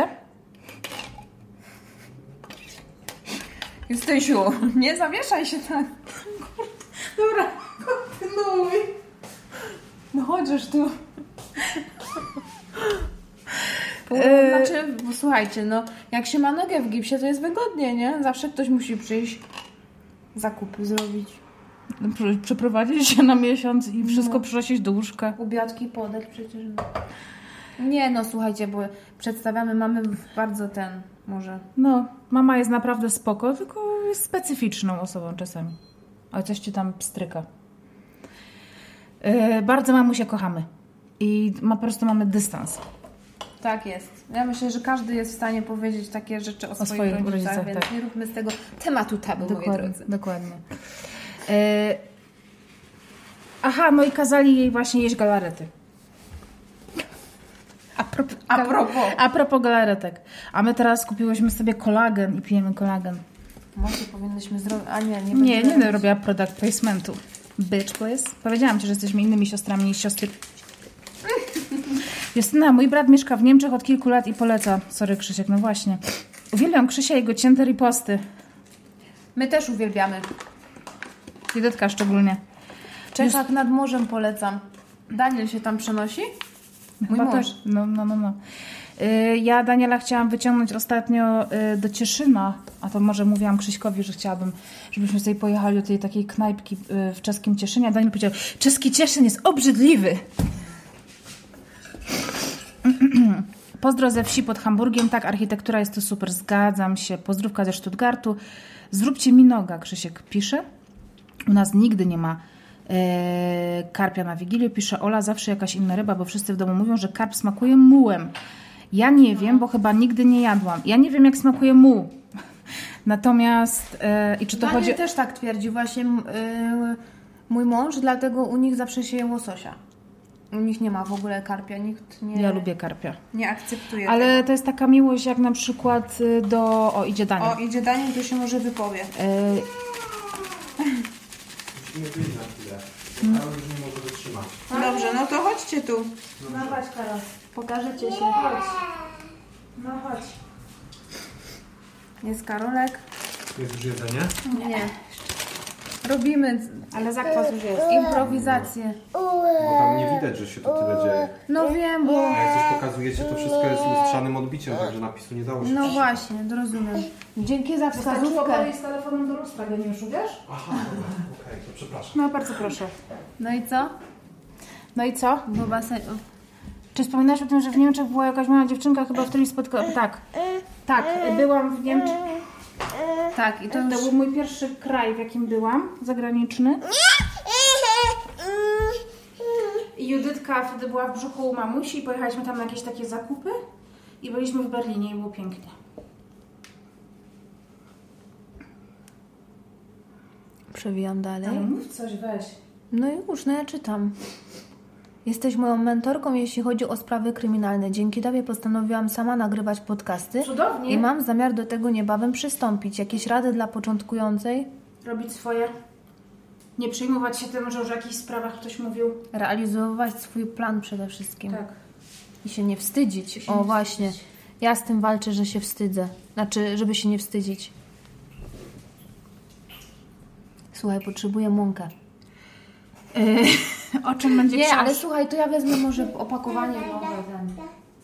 B: Justysiu, nie zawieszaj się tak.
A: Dobra, kontynuuj.
B: No chodźesz tu.
A: Yy.
B: Znaczy, bo słuchajcie, no jak się ma nogę w gipsie, to jest wygodnie, nie? Zawsze ktoś musi przyjść, zakupy zrobić.
A: Przeprowadzić się na miesiąc i wszystko
B: no.
A: przynosić do łóżka.
B: Ubiadki podać przecież. No. Nie no, słuchajcie, bo przedstawiamy, mamy bardzo ten, może...
A: No, mama jest naprawdę spoko, tylko jest specyficzną osobą czasami. Ale coś ci tam pstryka. Yy, bardzo mamusię kochamy. I ma, po prostu mamy dystans.
B: Tak jest. Ja myślę, że każdy jest w stanie powiedzieć takie rzeczy o,
A: o
B: swoich,
A: swoich
B: rodzicach,
A: rodzicach,
B: więc
A: tak.
B: nie róbmy z tego tematu tabu,
A: Dokładnie,
B: moi drodzy.
A: dokładnie. Yy, aha, no i kazali jej właśnie jeść galarety. A propos,
B: A propos.
A: A propos galaretek. A my teraz kupiłyśmy sobie kolagen i pijemy kolagen.
B: Może powinnyśmy zrobić... A nie, nie
A: Nie, nie
B: robić.
A: robiła product placementu. Bitch, please. Powiedziałam ci, że jesteśmy innymi siostrami niż siostry. Justyna, mój brat mieszka w Niemczech od kilku lat i poleca. Sorry, Krzysiek, no właśnie. Uwielbiam Krzysia i jego cięte riposty.
B: My też uwielbiamy.
A: Judytka szczególnie.
B: W Czechach nad morzem polecam. Daniel się tam przenosi? Mój
A: Chyba
B: mąż.
A: też. No, no, no, no. Yy, ja Daniela chciałam wyciągnąć ostatnio yy, do Cieszyna, a to może mówiłam Krzyśkowi, że chciałabym, żebyśmy sobie pojechali do tej takiej knajpki yy, w czeskim Cieszynie, a Daniel powiedział, czeski Cieszyn jest obrzydliwy. Pozdro ze wsi pod Hamburgiem. Tak, architektura jest to super, zgadzam się. Pozdrówka ze Stuttgartu. Zróbcie mi noga, Krzysiek pisze. U nas nigdy nie ma e, karpia na Wigilię. Pisze Ola, zawsze jakaś inna ryba, bo wszyscy w domu mówią, że karp smakuje mułem. Ja nie wiem, bo chyba nigdy nie jadłam. Ja nie wiem, jak smakuje muł. Natomiast e, i czy to
B: Daniel
A: chodzi...
B: też tak twierdzi. Właśnie yy, mój mąż, dlatego u nich zawsze się je łososia. U nich nie ma w ogóle karpia, nikt nie...
A: Ja lubię karpia.
B: Nie akceptuje
A: Ale
B: tego.
A: to jest taka miłość, jak na przykład do... O, idzie Daniel.
B: O, idzie Daniel, to się może wypowie.
A: E,
C: Musimy wyjść na chwilę. Karol już nie może wytrzymać.
B: Dobrze, no to chodźcie tu.
A: No chodź, Karol.
B: Pokażecie się.
A: Chodź. No chodź.
B: Jest Karolek.
C: Jest już jedzenie?
B: Nie. Robimy
A: Ale zakwas już jest.
B: improwizację.
C: Bo tam nie widać, że się to tyle dzieje.
B: No wiem, bo...
C: A jak coś pokazujecie, to wszystko jest lustrzanym odbiciem, także napisu nie dało się
B: No
C: przeczytać.
B: właśnie, rozumiem. Dzięki za
A: Wystarczyło
B: wskazówkę.
A: podejść z telefonem do lustra, geniuszu, wiesz?
C: Aha, dobra, okej, to przepraszam.
A: No bardzo proszę.
B: No i co?
A: No i co?
B: Bo basen...
A: Czy wspominałaś o tym, że w Niemczech była jakaś mała dziewczynka, chyba wtedy spotkałam? Tak. Tak, byłam w Niemczech.
B: Tak, i to
A: To
B: już...
A: był mój pierwszy kraj, w jakim byłam, zagraniczny. I Judytka wtedy była w brzuchu u mamusi i pojechaliśmy tam na jakieś takie zakupy i byliśmy w Berlinie i było pięknie.
B: Przewijam dalej.
A: Ale mów coś, weź.
B: No już, no ja czytam. Jesteś moją mentorką, jeśli chodzi o sprawy kryminalne. Dzięki Tobie postanowiłam sama nagrywać podcasty.
A: Cudownie.
B: I mam zamiar do tego niebawem przystąpić. Jakieś rady dla początkującej?
A: Robić swoje. Nie przejmować się tym, że już o jakichś sprawach ktoś mówił.
B: Realizować swój plan przede wszystkim.
A: Tak.
B: I się nie wstydzić.
A: się
B: O
A: nie
B: właśnie.
A: wstydzić.
B: Ja z tym walczę, że się wstydzę. Znaczy, żeby się nie wstydzić. Słuchaj, potrzebuję mąkę.
A: Yy, o czym będzie
B: Nie,
A: książka?
B: ale słuchaj, to ja wezmę może opakowanie nowe. Ten.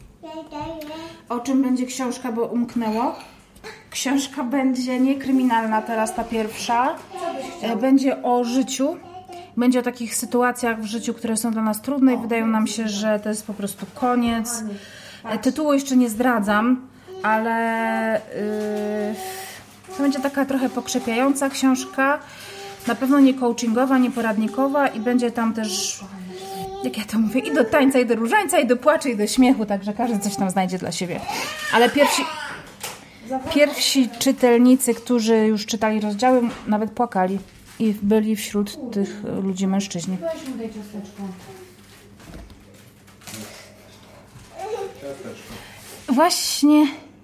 A: O czym będzie książka, bo umknęło? Książka będzie nie kryminalna teraz, ta pierwsza. E, Będzie o życiu. Będzie o takich sytuacjach w życiu, które są dla nas trudne i wydają nam się, że to jest po prostu koniec. E, Tytułu jeszcze nie zdradzam, ale yy, to będzie taka trochę pokrzepiająca książka. Na pewno nie coachingowa, nie poradnikowa i będzie tam też, jak ja to mówię, i do tańca, i do różańca, i do płaczu, i do śmiechu, także każdy coś tam znajdzie dla siebie. Ale pierwsi, pierwsi czytelnicy, którzy już czytali rozdziały, nawet płakali i byli wśród tych ludzi mężczyźni.
B: Weź mu daj ciasteczko.
A: Właśnie,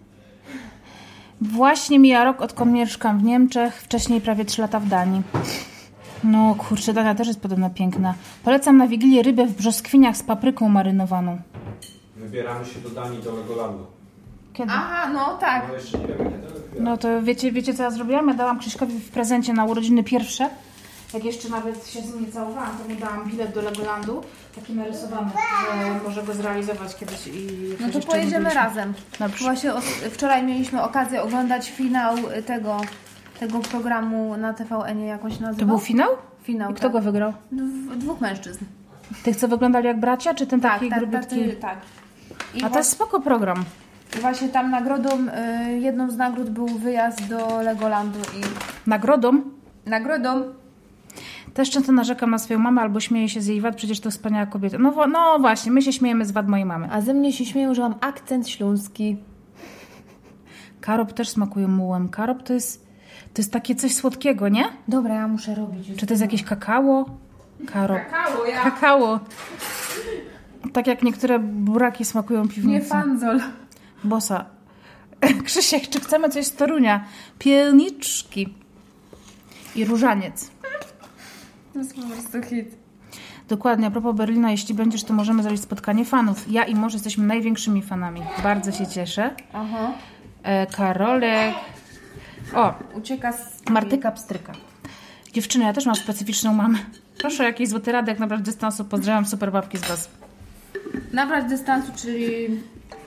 A: właśnie mija rok, odkąd mieszkam w Niemczech, wcześniej prawie trzy lata w Danii. No kurczę, Dania też jest podobno piękna. Polecam na Wigilię rybę w brzoskwiniach z papryką marynowaną.
C: Wybieramy się do Danii, do Legolandu.
A: Kiedy?
B: Aha, no tak.
C: No jeszcze nie wiemy kiedy, ale wybieramy.
A: No to wiecie, wiecie co ja zrobiłam? Ja dałam Krzyśkowi w prezencie na urodziny pierwsze. Jak jeszcze nawet się z nim nie całowałam, to mu dałam bilet do Legolandu. Taki narysowany, że może go zrealizować kiedyś i...
B: No to
A: jeszcze
B: pojedziemy
A: nie byliśmy.
B: razem.
A: Dobrze.
B: Właśnie od, wczoraj mieliśmy okazję oglądać finał tego, tego programu na T V N-ie, jak on się nazywa?
A: To był finał?
B: Finał,
A: I kto
B: tak.
A: go wygrał?
B: Dw- dwóch mężczyzn.
A: Tych, co wyglądali jak bracia, czy ten
B: Tak,
A: taki
B: tak,
A: grubitki?
B: tacy, tak. I
A: A to jest spoko program.
B: I właśnie tam nagrodą, y, jedną z nagród był wyjazd do Legolandu i
A: Nagrodą?
B: nagrodą
A: Też często narzekam na swoją mamę albo śmieję się z jej wad, przecież to wspaniała kobieta. No, wo- no właśnie, my się śmiejemy z wad mojej mamy.
B: a ze mnie się śmieją, że mam akcent śląski.
A: Karop też smakuje mułem. Karop to jest, to jest takie coś słodkiego, nie?
B: Dobra, ja muszę robić. Już.
A: Czy to jest jakieś kakao? Karop.
B: Kakao, ja.
A: Kakao. Tak jak niektóre buraki smakują piwnicy.
B: Nie fanzol.
A: Bosa. Krzysiek, czy chcemy coś z Torunia? Pielniczki. I różaniec.
B: To jest po prostu hit.
A: Dokładnie, a propos Berlina, jeśli będziesz, to możemy zrobić spotkanie fanów. Ja i Mąż jesteśmy największymi fanami. Bardzo się cieszę.
B: Aha.
A: E, Karolek. O,
B: Ucieka z...
A: Martyka Pstryka. Dziewczyny, ja też mam specyficzną mamę. Proszę o jakiś złoty rady, jak nabrać dystansu. Pozdrawiam super babki z was.
B: Nabrać dystansu, czyli... Yy,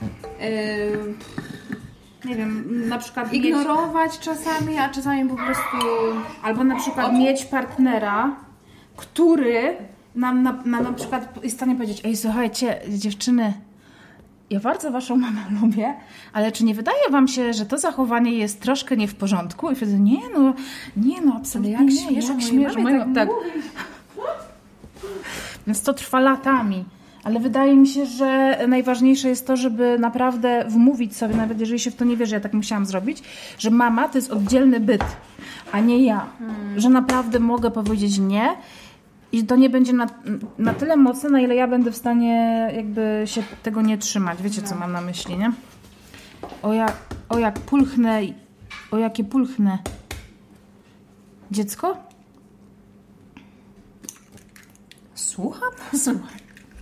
A: Nie wiem, na przykład mieć,
B: ignorować czasami, a czasami po prostu...
A: albo na przykład mieć partnera, który nam na, na, na przykład jest w stanie powiedzieć: ej, słuchajcie, dziewczyny, ja bardzo waszą mamę lubię, ale czy nie wydaje wam się, że to zachowanie jest troszkę nie w porządku? I wtedy nie, no, nie, no, absolutnie
B: jak
A: nie,
B: śmiesz,
A: jak
B: mojej
A: śmiesz,
B: mamie
A: moją-
B: tak
A: tak. Więc to trwa latami. Ale wydaje mi się, że najważniejsze jest to, żeby naprawdę wmówić sobie, nawet jeżeli się w to nie wierzy, ja tak musiałam zrobić, że mama to jest oddzielny byt, a nie ja. Hmm. Że naprawdę mogę powiedzieć nie i to nie będzie na, na tyle mocne, na ile ja będę w stanie jakby się tego nie trzymać. Wiecie, co mam na myśli, nie? O jak, o jak pulchnę, o jakie pulchnę. Dziecko?
B: Słucham?
A: Słuchaj.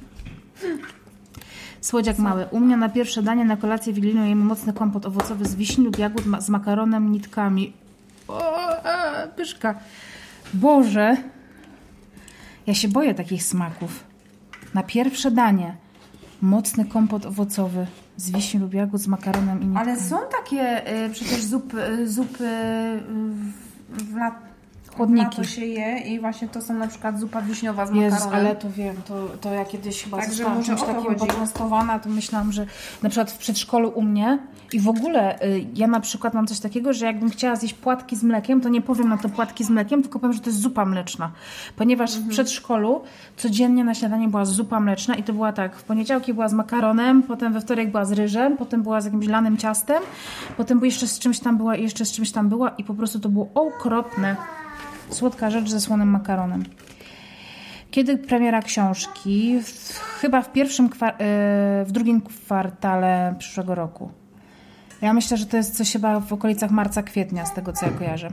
A: Słodziak mały. U mnie na pierwsze danie na kolację wigilijną jemy mocny kompot owocowy z wiśni lub jagód ma- z makaronem, nitkami. O, a, pyszka. Boże. Ja się boję takich smaków. Na pierwsze danie. Mocny kompot owocowy z wiśni lub jagód z makaronem i
B: Ale
A: nitką.
B: są takie y, przecież zupy, y, zupy y, w, w lat...
A: Chłodniki.
B: To się je i właśnie to są na przykład zupa wiśniowa z
A: Jezus,
B: makaronem.
A: ale to wiem, to, to ja kiedyś chyba
B: Także
A: zostałam
B: może
A: czymś
B: o to
A: takim
B: chodzi.
A: poczęstowana, to myślałam, że na przykład w przedszkolu u mnie i w ogóle y, ja na przykład mam coś takiego, że jakbym chciała zjeść płatki z mlekiem, to nie powiem na to płatki z mlekiem, tylko powiem, że to jest zupa mleczna. Ponieważ
B: Mhm.
A: w przedszkolu codziennie na śniadanie była zupa mleczna i to była tak, w poniedziałki była z makaronem, potem we wtorek była z ryżem, potem była z jakimś lanym ciastem, potem jeszcze z czymś tam była i jeszcze z czymś tam była i po prostu to było okropne. Słodka rzecz ze słonym makaronem. Kiedy premiera książki? W, chyba w pierwszym, kwar- yy, w drugim kwartale przyszłego roku. Ja myślę, że to jest coś chyba w okolicach marca, kwietnia, z tego co ja kojarzę.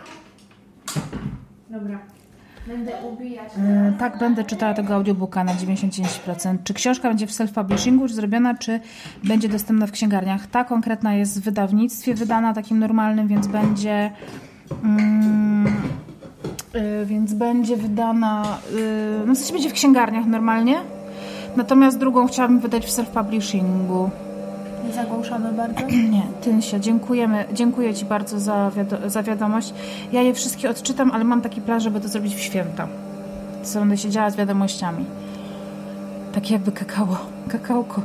B: Dobra. Będę ubijać.
A: Yy, tak, będę czytała tego audiobooka na dziewięćdziesiąt dziewięć procent. Czy książka będzie w self-publishingu już zrobiona, czy będzie dostępna w księgarniach? Ta konkretna jest w wydawnictwie wydana, takim normalnym, więc będzie... Yy, Yy, więc będzie wydana, yy, no w sensie będzie w księgarniach normalnie, natomiast drugą chciałabym wydać w self-publishingu.
B: Nie zagłuszamy bardzo?
A: Nie, Tynsia, dziękujemy, dziękuję Ci bardzo za, wiado- za wiadomość. Ja je wszystkie odczytam, ale mam taki plan, żeby to zrobić w święta. Co będę siedziała z wiadomościami. Takie jakby kakao, kakałko.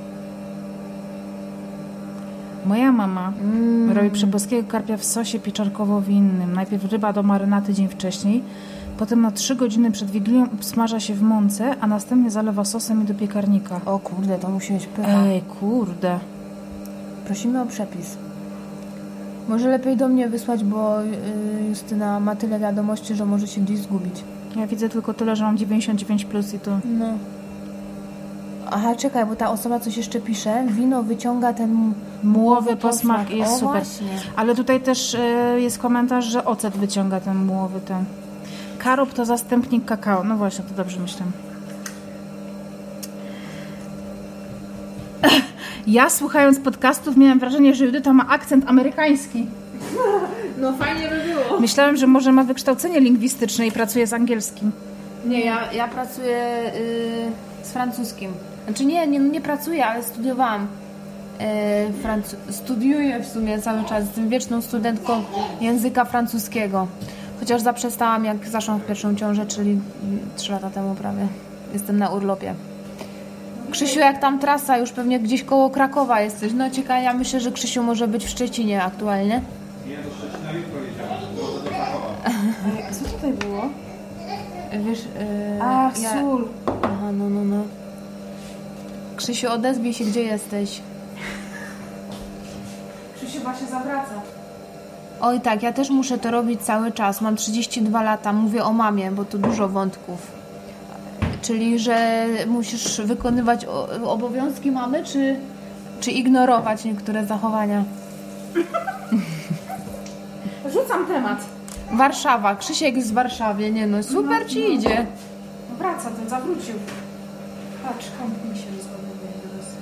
A: Moja mama mm. robi przeboskiego karpia w sosie pieczarkowo-winnym. Najpierw ryba do marynaty dzień wcześniej, potem na trzy godziny przed Wigilią smaża się w mące, a następnie zalewa sosem i do piekarnika.
B: O kurde, to musi być pycha.
A: Ej, kurde.
B: Prosimy o przepis. Może lepiej do mnie wysłać, bo yy, Justyna ma tyle wiadomości, że może się gdzieś zgubić.
A: Ja widzę tylko tyle, że mam dziewięćdziesiąt dziewięć plus i to...
B: No. Aha, czekaj, bo ta osoba coś jeszcze pisze. Wino wyciąga ten
A: Mułowy posmak i jest
B: o,
A: super.
B: Właśnie.
A: Ale tutaj też y, jest komentarz, że ocet wyciąga ten mułowy ten. Karob to zastępnik kakao. No właśnie, to dobrze myślę. Ja słuchając podcastów miałam wrażenie, że Judyta ma akcent amerykański.
B: No fajnie by było.
A: Myślałam, że może ma wykształcenie lingwistyczne i pracuje z angielskim.
B: Nie, ja, ja pracuję y, z francuskim. Znaczy nie, nie, nie pracuję, ale studiowałam. Y, francu- studiuję w sumie cały czas. Jestem wieczną studentką języka francuskiego. Chociaż zaprzestałam, jak zaszłam w pierwszą ciążę, czyli trzy lata temu prawie. Jestem na urlopie. Krzysiu, jak tam trasa, już pewnie gdzieś koło Krakowa jesteś. No ciekawe, ja myślę, że Krzysiu może być w Szczecinie aktualnie.
C: Nie, do Szczecina jutro jedziemy, może do Krakowa.
A: A co tutaj było?
B: Wiesz, yy,
A: A,
B: ja...
A: sól.
B: Aha, no, no, no. Krzysiu, odezwij się, gdzie jesteś.
A: Krzysiu chyba się zawraca.
B: Oj tak, ja też muszę to robić cały czas. Mam trzydzieści dwa lata, mówię o mamie, bo to dużo wątków. Czyli, że musisz wykonywać o- obowiązki mamy, czy, czy ignorować niektóre zachowania?
A: Rzucam temat.
B: Warszawa, Krzysiek jest w Warszawie, nie no, super ci idzie.
A: Wraca, ten zawrócił. Patrz, kąt mi się rozładowuje teraz.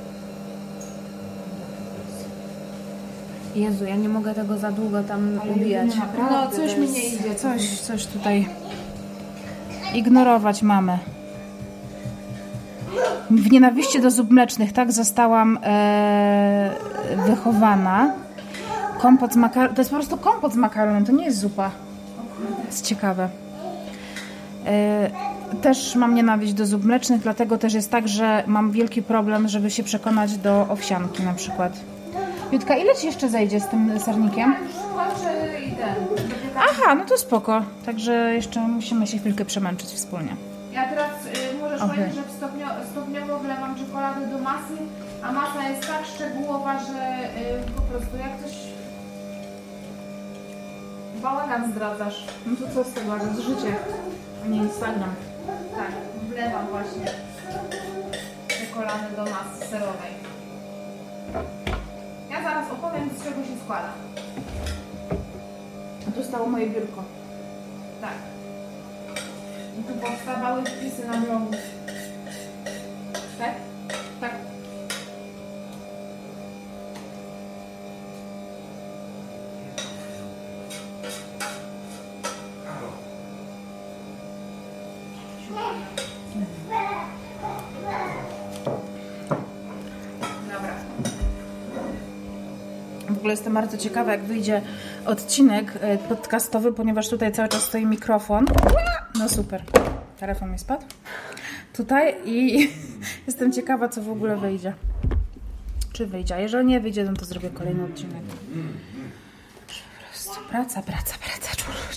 B: Jezu, ja nie mogę tego za długo tam ubijać. No, coś mi nie idzie.
A: Coś, coś tutaj ignorować mamy. W nienawiści do zup mlecznych, tak zostałam e, wychowana. Kompot z makaronem, to jest po prostu kompot z makaronem, to nie jest zupa. To jest ciekawe. E, też mam nienawiść do zup mlecznych, dlatego też jest tak, że mam wielki problem, żeby się przekonać do owsianki na przykład. Jutka, ile Ci jeszcze zejdzie z tym sernikiem? Aha, no to spoko. Także jeszcze musimy się chwilkę przemęczyć wspólnie.
B: Ja teraz y, możesz
A: Okej.
B: powiedzieć, że stopnio, stopniowo wlewam czekoladę do masy, a masa jest tak szczegółowa, że y, po prostu jak coś bałagan zdradzasz.
A: No to co z tego, to jest życie, a nie Instagram.
B: Tak, wlewam właśnie czekoladę do masy serowej. Ja zaraz opowiem, z czego się składa.
A: A tu stało moje biurko.
B: Tak. I tu powstawały wpisy na blogu. Tak?
A: Tak. W ogóle jestem bardzo ciekawa, jak wyjdzie odcinek podcastowy, ponieważ tutaj cały czas stoi mikrofon. No super. Telefon mi spadł. Tutaj i jestem ciekawa, co w ogóle wyjdzie. Czy wyjdzie? A jeżeli nie wyjdzie, no to zrobię kolejny odcinek. Po prostu praca, praca, praca.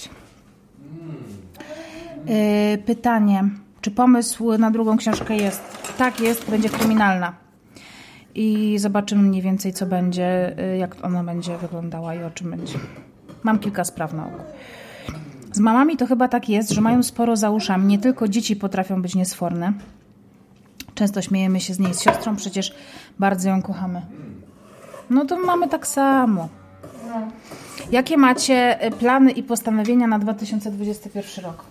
A: Yy, pytanie. Czy pomysł na drugą książkę jest? Tak, jest. Będzie kryminalna. I zobaczymy mniej więcej, co będzie, jak ona będzie wyglądała i o czym będzie. Mam kilka spraw na oku. Z mamami to chyba tak jest, że mają sporo za uszami. Nie tylko dzieci potrafią być niesforne. Często śmiejemy się z niej, z siostrą, przecież bardzo ją kochamy. No to mamy tak samo. Jakie macie plany i postanowienia na dwa tysiące dwudziesty pierwszy rok?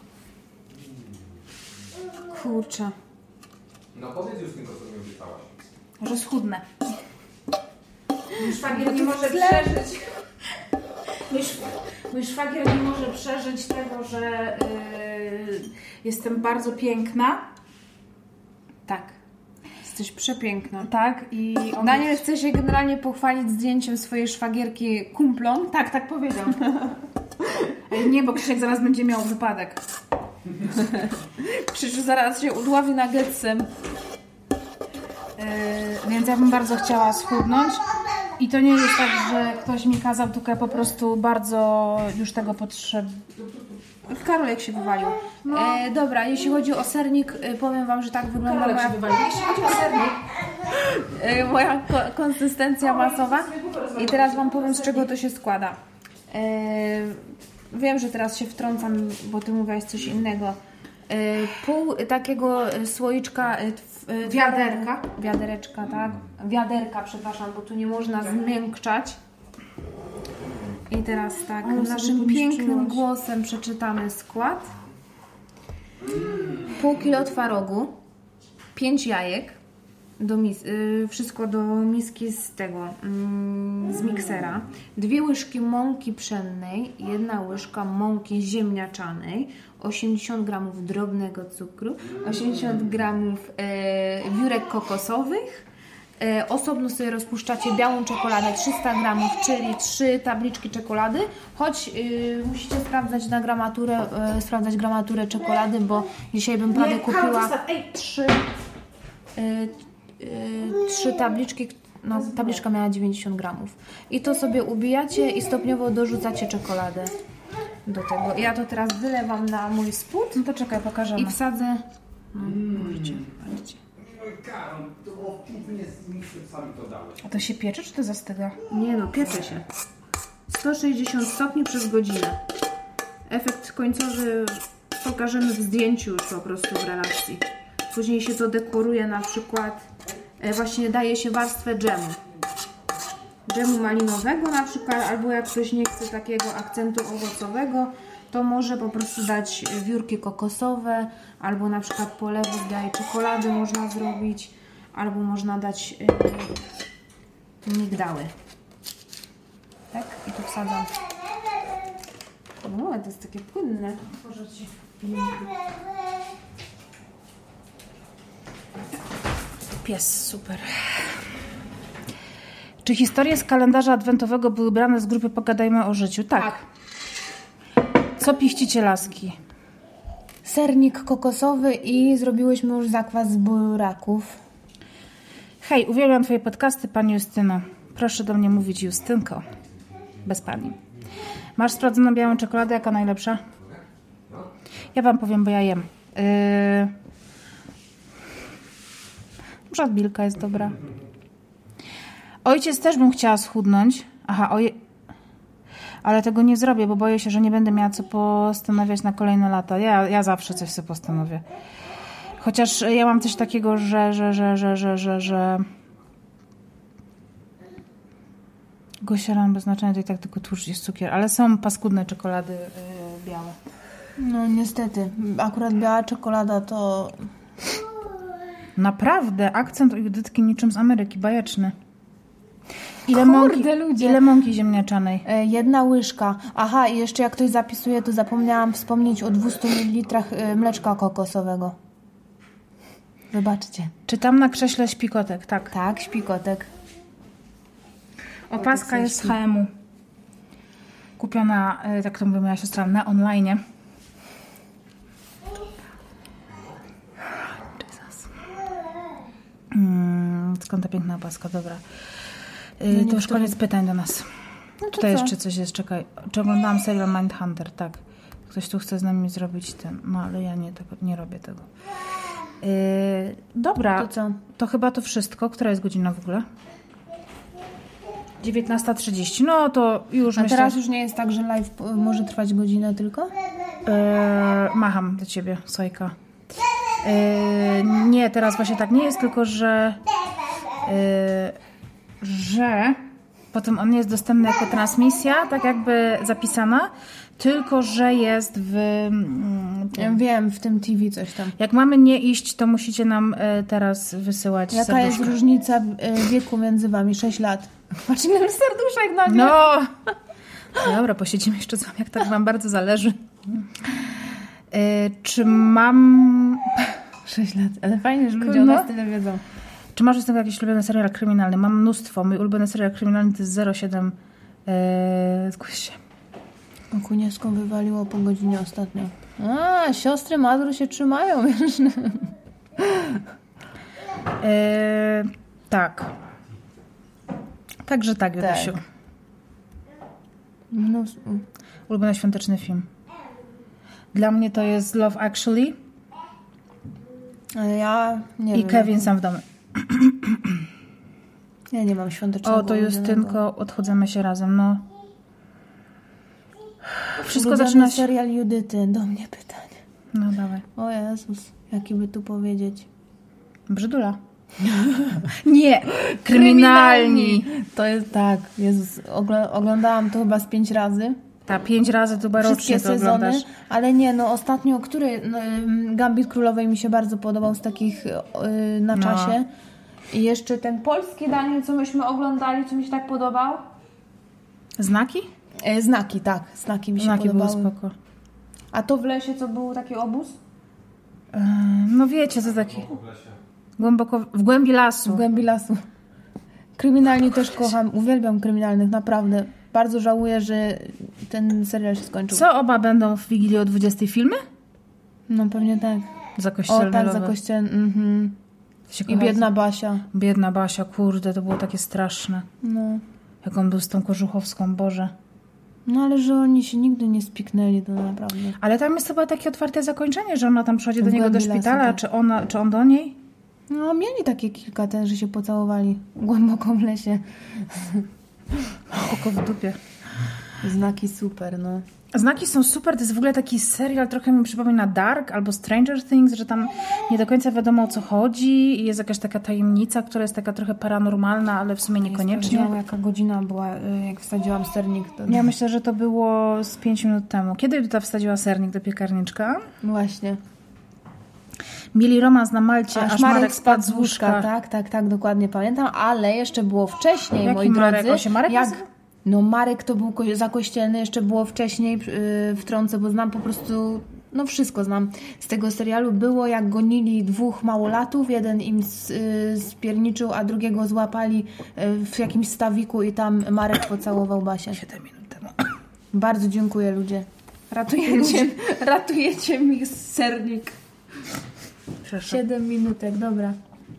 B: Kurczę.
C: No powiedz już tylko, co mi obiecałaś.
A: Że schudnę. Mój szwagier nie może przeżyć. Mój, szw... Mój szwagier nie może przeżyć tego, że yy, jestem bardzo piękna. Tak.
B: Jesteś przepiękna.
A: Tak. I on...
B: Daniel chce się generalnie pochwalić zdjęciem swojej szwagierki kumplom.
A: Tak, tak powiedział. Nie, bo Krzysiek zaraz będzie miał wypadek.
B: Krzysiu zaraz się udławi nuggetsem.
A: Yy, więc ja bym bardzo chciała schudnąć i to nie jest tak, że ktoś mi kazał, tylko ja po prostu bardzo już tego potrzebuję.
B: Karolek się wywalił. No. E, dobra, jeśli chodzi o sernik, e, powiem Wam, że tak wygląda
A: Karolek
B: moja...
A: się wywalił. Jeśli chodzi o sernik,
B: e, moja ko- konsystencja masowa. I teraz Wam powiem, z czego to się składa. E, wiem, że teraz się wtrącam, bo Ty mówiłaś coś innego. E, pół takiego słoiczka... E,
A: wiaderka.
B: Wiadereczka, tak? Wiaderka, przepraszam, bo tu nie można zmiękczać. I teraz tak,
A: Ale
B: naszym pięknym głosem przeczytamy skład. Pół kilo twarogu, pięć jajek, do mis y, wszystko do miski z tego, y, z miksera, dwie łyżki mąki pszennej, jedna łyżka mąki ziemniaczanej, osiemdziesiąt gramów drobnego cukru, osiemdziesiąt gramów y, wiórek kokosowych. E, osobno sobie rozpuszczacie białą czekoladę trzysta gramów, czyli trzy tabliczki czekolady, choć y, musicie sprawdzać na gramaturę, y, sprawdzać gramaturę czekolady, bo dzisiaj bym prawie kupiła trzy, y, y, trzy tabliczki, no tabliczka miała dziewięćdziesiąt gramów. I to sobie ubijacie i stopniowo dorzucacie czekoladę do tego. Ja to teraz wylewam na mój spód.
A: No to czekaj, pokażemy.
B: I wsadzę. No, możecie, możecie.
C: Karol, to było pięknie z miksami to dałeś.
A: A to się piecze, czy to zastyga?
B: Nie no, piecze się. sto sześćdziesiąt stopni przez godzinę. Efekt końcowy pokażemy w zdjęciu już po prostu w relacji. Później się to dekoruje, na przykład e, właśnie daje się warstwę dżemu. Dżemu malinowego na przykład, albo jak ktoś nie chce takiego akcentu owocowego, to może po prostu dać wiórki kokosowe, albo na przykład polewu z białej czekolady można zrobić, albo można dać yy, migdały. Tak? I tu wsadzam. O, to jest takie płynne.
A: Pies, super. Czy historie z kalendarza adwentowego były brane z grupy Pogadajmy o życiu? Tak. tak. Co pichcicie, laski?
B: Sernik kokosowy i zrobiłyśmy już zakwas z buraków.
A: Hej, uwielbiam Twoje podcasty, Pani Justyno. Proszę do mnie mówić Justynko. Bez Pani. Masz sprawdzoną białą czekoladę? Jaka najlepsza? Ja Wam powiem, bo ja jem. Yy... Żadbilka jest dobra. Ojciec też bym chciała schudnąć. Aha, oje... ale tego nie zrobię, bo boję się, że nie będę miała co postanawiać na kolejne lata. Ja, ja zawsze coś sobie postanowię. Chociaż ja mam coś takiego, że, że, że, że, że, że, że... Gosiaran bez znaczenia to i tak tylko tłuszcz jest cukier, ale są paskudne czekolady yy, białe.
B: No niestety, akurat biała czekolada to...
A: Naprawdę, akcent u Judytki niczym z Ameryki, bajeczny. Ile
B: Kurde,
A: mąki,
B: ludzie.
A: Ile mąki ziemniaczanej?
B: E, jedna łyżka. Aha, i jeszcze jak ktoś zapisuje, to zapomniałam wspomnieć o dwieście mililitrach mleczka kokosowego. Wybaczcie.
A: Czy tam na krześle śpikotek? Tak.
B: Tak, śpikotek.
A: Opaska jest z H and M. Kupiona, y, tak to mówi moja siostra, na online. Jesus. Mm, skąd ta piękna opaska? Dobra. Y,
B: No
A: to już
B: niektóre-
A: koniec pytań do nas.
B: No to
A: Tutaj
B: co?
A: jeszcze coś jest, czekaj. Czy oglądałam serial Mindhunter? Tak. Ktoś tu chce z nami zrobić ten, no ale ja nie, tego, nie robię tego. Yy, dobra,
B: To co?
A: to chyba to wszystko. Która jest godzina w ogóle? dziewiętnasta trzydzieści. No to już
B: A
A: myślę...
B: teraz już nie jest tak, że live y, może trwać godzinę tylko?
A: Yy, macham do ciebie, Sojka. Yy, nie, teraz właśnie tak nie jest, tylko że yy, że potem on nie jest dostępny jako transmisja, tak jakby zapisana, tylko że jest w... mm,
B: Ja wiem, w tym T V coś tam.
A: Jak mamy nie iść, to musicie nam y, teraz wysyłać
B: Jaka
A: serduszka.
B: jest różnica y, wieku między wami? sześć lat. Patrz, ile serduszek na mnie.
A: No! Dobra, posiedzimy jeszcze z wami, jak tak wam bardzo zależy. Y, czy mam...
B: sześć lat, ale fajnie, że ludzie
A: No.
B: o nas tyle wiedzą.
A: Czy masz z tego jakiś ulubiony serial kryminalny? Mam mnóstwo. Mój ulubiony serial kryminalny to jest zero siedem. Yy, zgłoś się.
B: Okuniewską wywaliło po godzinie ostatnio. A, siostry Madru się trzymają, wiesz.
A: Yy, tak. Także tak, Jodusiu.
B: Mnóstwo.
A: Ulubiony świąteczny film. Dla mnie to jest Love Actually
B: A ja nie
A: i
B: wiem.
A: Kevin sam w domu.
B: Ja nie mam świątecznego
A: O, to Justynko, odchodzimy się razem, no. Wszystko
B: Ulubiony
A: zaczyna się...
B: serial Judyty. Do mnie pytanie.
A: No dawaj.
B: O Jezus, jaki by tu powiedzieć.
A: Brzydula. Nie, kryminalni.
B: To jest tak, Jezus, ogl- oglądałam to chyba z pięć razy.
A: Ta pięć razy to chyba
B: Wszystkie
A: rocznie to
B: sezony,
A: oglądasz.
B: ale nie, no ostatnio, który no, ym, Gambit Królowej mi się bardzo podobał z takich yy, na
A: No.
B: czasie. I jeszcze ten polski Daniel, co myśmy oglądali, co mi się tak podobał.
A: Znaki?
B: E, znaki, tak, znaki mi się
A: Znaki były
B: podobały.
A: spoko.
B: A to w lesie, co był taki obóz?
A: Yy, no wiecie, co taki... Głęboko... W głębi lasu.
B: W głębi lasu. Kryminalni też kocham, uwielbiam kryminalnych, naprawdę. Bardzo żałuję, że ten serial się skończył.
A: Co oba będą w Wigilii o dwudziestej filmy?
B: No pewnie tak. O
A: Zakościelne
B: tak,
A: lowy.
B: za kościelem. Mhm.
A: Się
B: I
A: kochacie?
B: biedna Basia.
A: Biedna Basia, kurde, to było takie straszne.
B: No.
A: Jak on był z tą Kożuchowską, Boże.
B: No ale że oni się nigdy nie spiknęli, to naprawdę.
A: Ale tam jest chyba takie otwarte zakończenie, że ona tam przychodzi do
B: W
A: niego do
B: głębi lasu,
A: szpitala,
B: tak.
A: czy, ona, czy on do niej?
B: No mieli takie kilka ten, że się pocałowali głęboko w lesie.
A: Oko w dupie.
B: Znaki super, no.
A: Znaki są super, to jest w ogóle taki serial, trochę mi przypomina Dark albo Stranger Things, że tam nie do końca wiadomo o co chodzi i jest jakaś taka tajemnica, która jest taka trochę paranormalna, ale w sumie niekoniecznie.
B: Nie jaka godzina była, y, jak wsadziłam sernik. To...
A: Ja myślę, że to było z pięć minut temu. Kiedy Judyta wsadziła sernik do piekarniczka?
B: Właśnie.
A: Mieli romans na Malcie, aż, Marek spadł z łóżka.
B: Tak, tak, tak, dokładnie pamiętam, ale jeszcze było wcześniej,
A: Jaki
B: moi
A: Marek?
B: drodzy.
A: On się Marek
B: jak...
A: nazywa?
B: No Marek to był ko- zakościelny, jeszcze było wcześniej yy, w Trące, bo znam po prostu, no wszystko znam z tego serialu. Było jak gonili dwóch małolatów, jeden im s- yy, spierniczył, a drugiego złapali yy, w jakimś stawiku i tam Marek pocałował Basię.
A: siedem minut temu.
B: Bardzo dziękuję ludzie. Ratujecie, ratujecie mi sernik.
A: Przepraszam.
B: siedem minutek, dobra.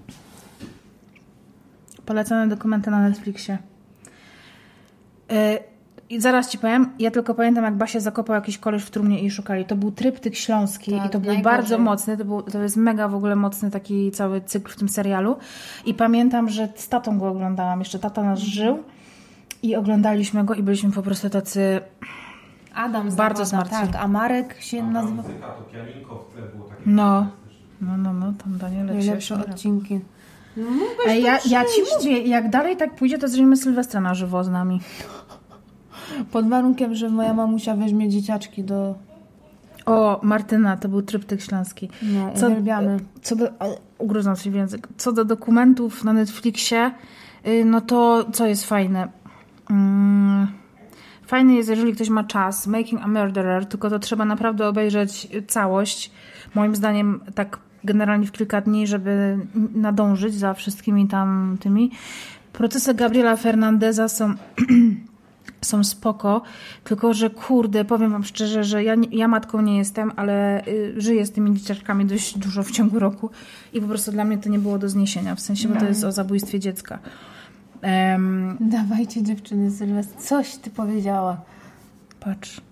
A: Polecane dokumenty na Netflixie. Yy, I zaraz ci powiem, ja tylko pamiętam, jak Basia zakopał jakiś koleś w trumnie i szukali. To był tryptyk śląski
B: Tak,
A: i to był
B: najgorzej.
A: bardzo mocny. To, był, to jest mega w ogóle mocny taki cały cykl w tym serialu. I pamiętam, że z tatą go oglądałam. Jeszcze tata nas żył i oglądaliśmy go i byliśmy po prostu tacy...
B: Adam
A: Bardzo
B: zakłada,
A: zmartwiony.
B: tak, a Marek się nazywa...
C: Muzyka, to pianinko w tle było takie...
A: No, no, no, no tam Danielek się
B: Najlepsze
A: osiągnął.
B: odcinki.
A: Ej, ja, ja ci mówię, jak dalej tak pójdzie, to zrobimy Sylwestra na żywo z nami.
B: Pod warunkiem, że moja mamusia weźmie dzieciaczki do...
A: O, Martyna, to był tryptyk śląski.
B: No,
A: Co-
B: uwielbiamy.
A: Co do, o, ugryzłam się w język. Co do dokumentów na Netflixie, y, no to co jest fajne? Mm, fajne jest, jeżeli ktoś ma czas, Making a Murderer, tylko to trzeba naprawdę obejrzeć całość. Moim zdaniem tak generalnie w kilka dni, żeby nadążyć za wszystkimi tam tymi. Procesy Gabriela Fernandeza są... są spoko, tylko że kurde, powiem wam szczerze, że ja, ja matką nie jestem, ale y, żyję z tymi dzieciaczkami dość dużo w ciągu roku i po prostu dla mnie to nie było do zniesienia, w sensie, bo to jest o zabójstwie dziecka. Um,
B: Dawajcie dziewczyny Sylwestra. Coś ty powiedziała.
A: Patrz.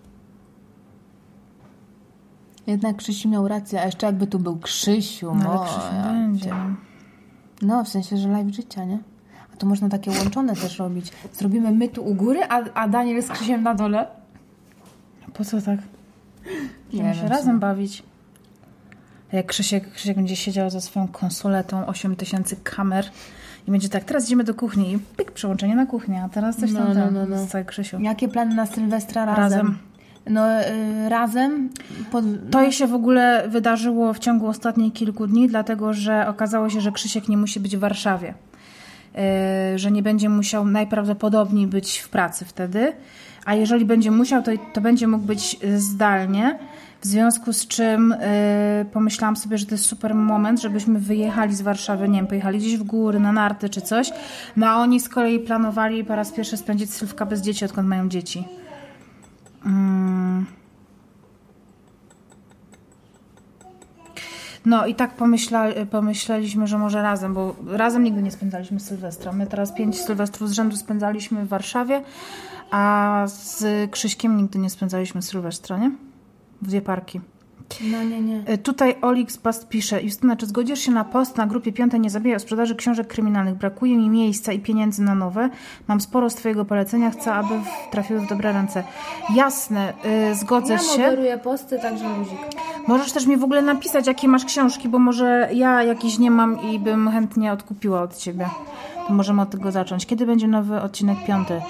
B: Jednak Krzysiu miał rację, a jeszcze jakby tu był Krzysiu.
A: No,
B: no
A: ale Krzysiu
B: ja
A: będzie.
B: cię... No, w sensie, że live życia, nie? A to można takie łączone też robić. Zrobimy my tu u góry, a, a Daniel z Krzysiem na dole.
A: Po co tak? Możemy się
B: wiem,
A: razem
B: co.
A: bawić. Jak Krzysiek, Krzysiek będzie siedział za swoją konsoletą, osiem tysięcy kamer i będzie tak, teraz idziemy do kuchni i pik, przełączenie na kuchnię, a teraz coś tam,
B: No, no,
A: tam
B: no, no.
A: z Krzysiu.
B: Jakie plany na Sylwestra razem?
A: Razem.
B: No, y, razem? Pod...
A: To się w ogóle wydarzyło w ciągu ostatnich kilku dni, dlatego że okazało się, że Krzysiek nie musi być w Warszawie. Yy, że nie będzie musiał najprawdopodobniej być w pracy wtedy, a jeżeli będzie musiał, to, to będzie mógł być zdalnie, w związku z czym yy, pomyślałam sobie, że to jest super moment, żebyśmy wyjechali z Warszawy, nie wiem, pojechali gdzieś w góry, na narty czy coś, no a oni z kolei planowali po raz pierwszy spędzić Sylwka bez dzieci, odkąd mają dzieci. Yy. No i tak pomyśla, pomyśleliśmy, że może razem, bo razem nigdy nie spędzaliśmy Sylwestra. My teraz pięć Sylwestrów z rzędu spędzaliśmy w Warszawie, a z Krzyśkiem nigdy nie spędzaliśmy Sylwestra, nie? W dwie parki.
B: No nie, nie.
A: Tutaj Olix Bast pisze: Justyna, czy zgodzisz się na post na grupie Piątej Nie Zabijaj o sprzedaży książek kryminalnych? Brakuje mi miejsca i pieniędzy na nowe. Mam sporo z twojego polecenia. Chcę, aby trafiły w dobre ręce. Jasne, yy, zgodzę
B: Ja
A: się.
B: moderuję posty, także luzik.
A: Możesz też mi w ogóle napisać, jakie masz książki, bo może ja jakiś nie mam i bym chętnie odkupiła od ciebie. To możemy od tego zacząć. Kiedy będzie nowy odcinek piąty?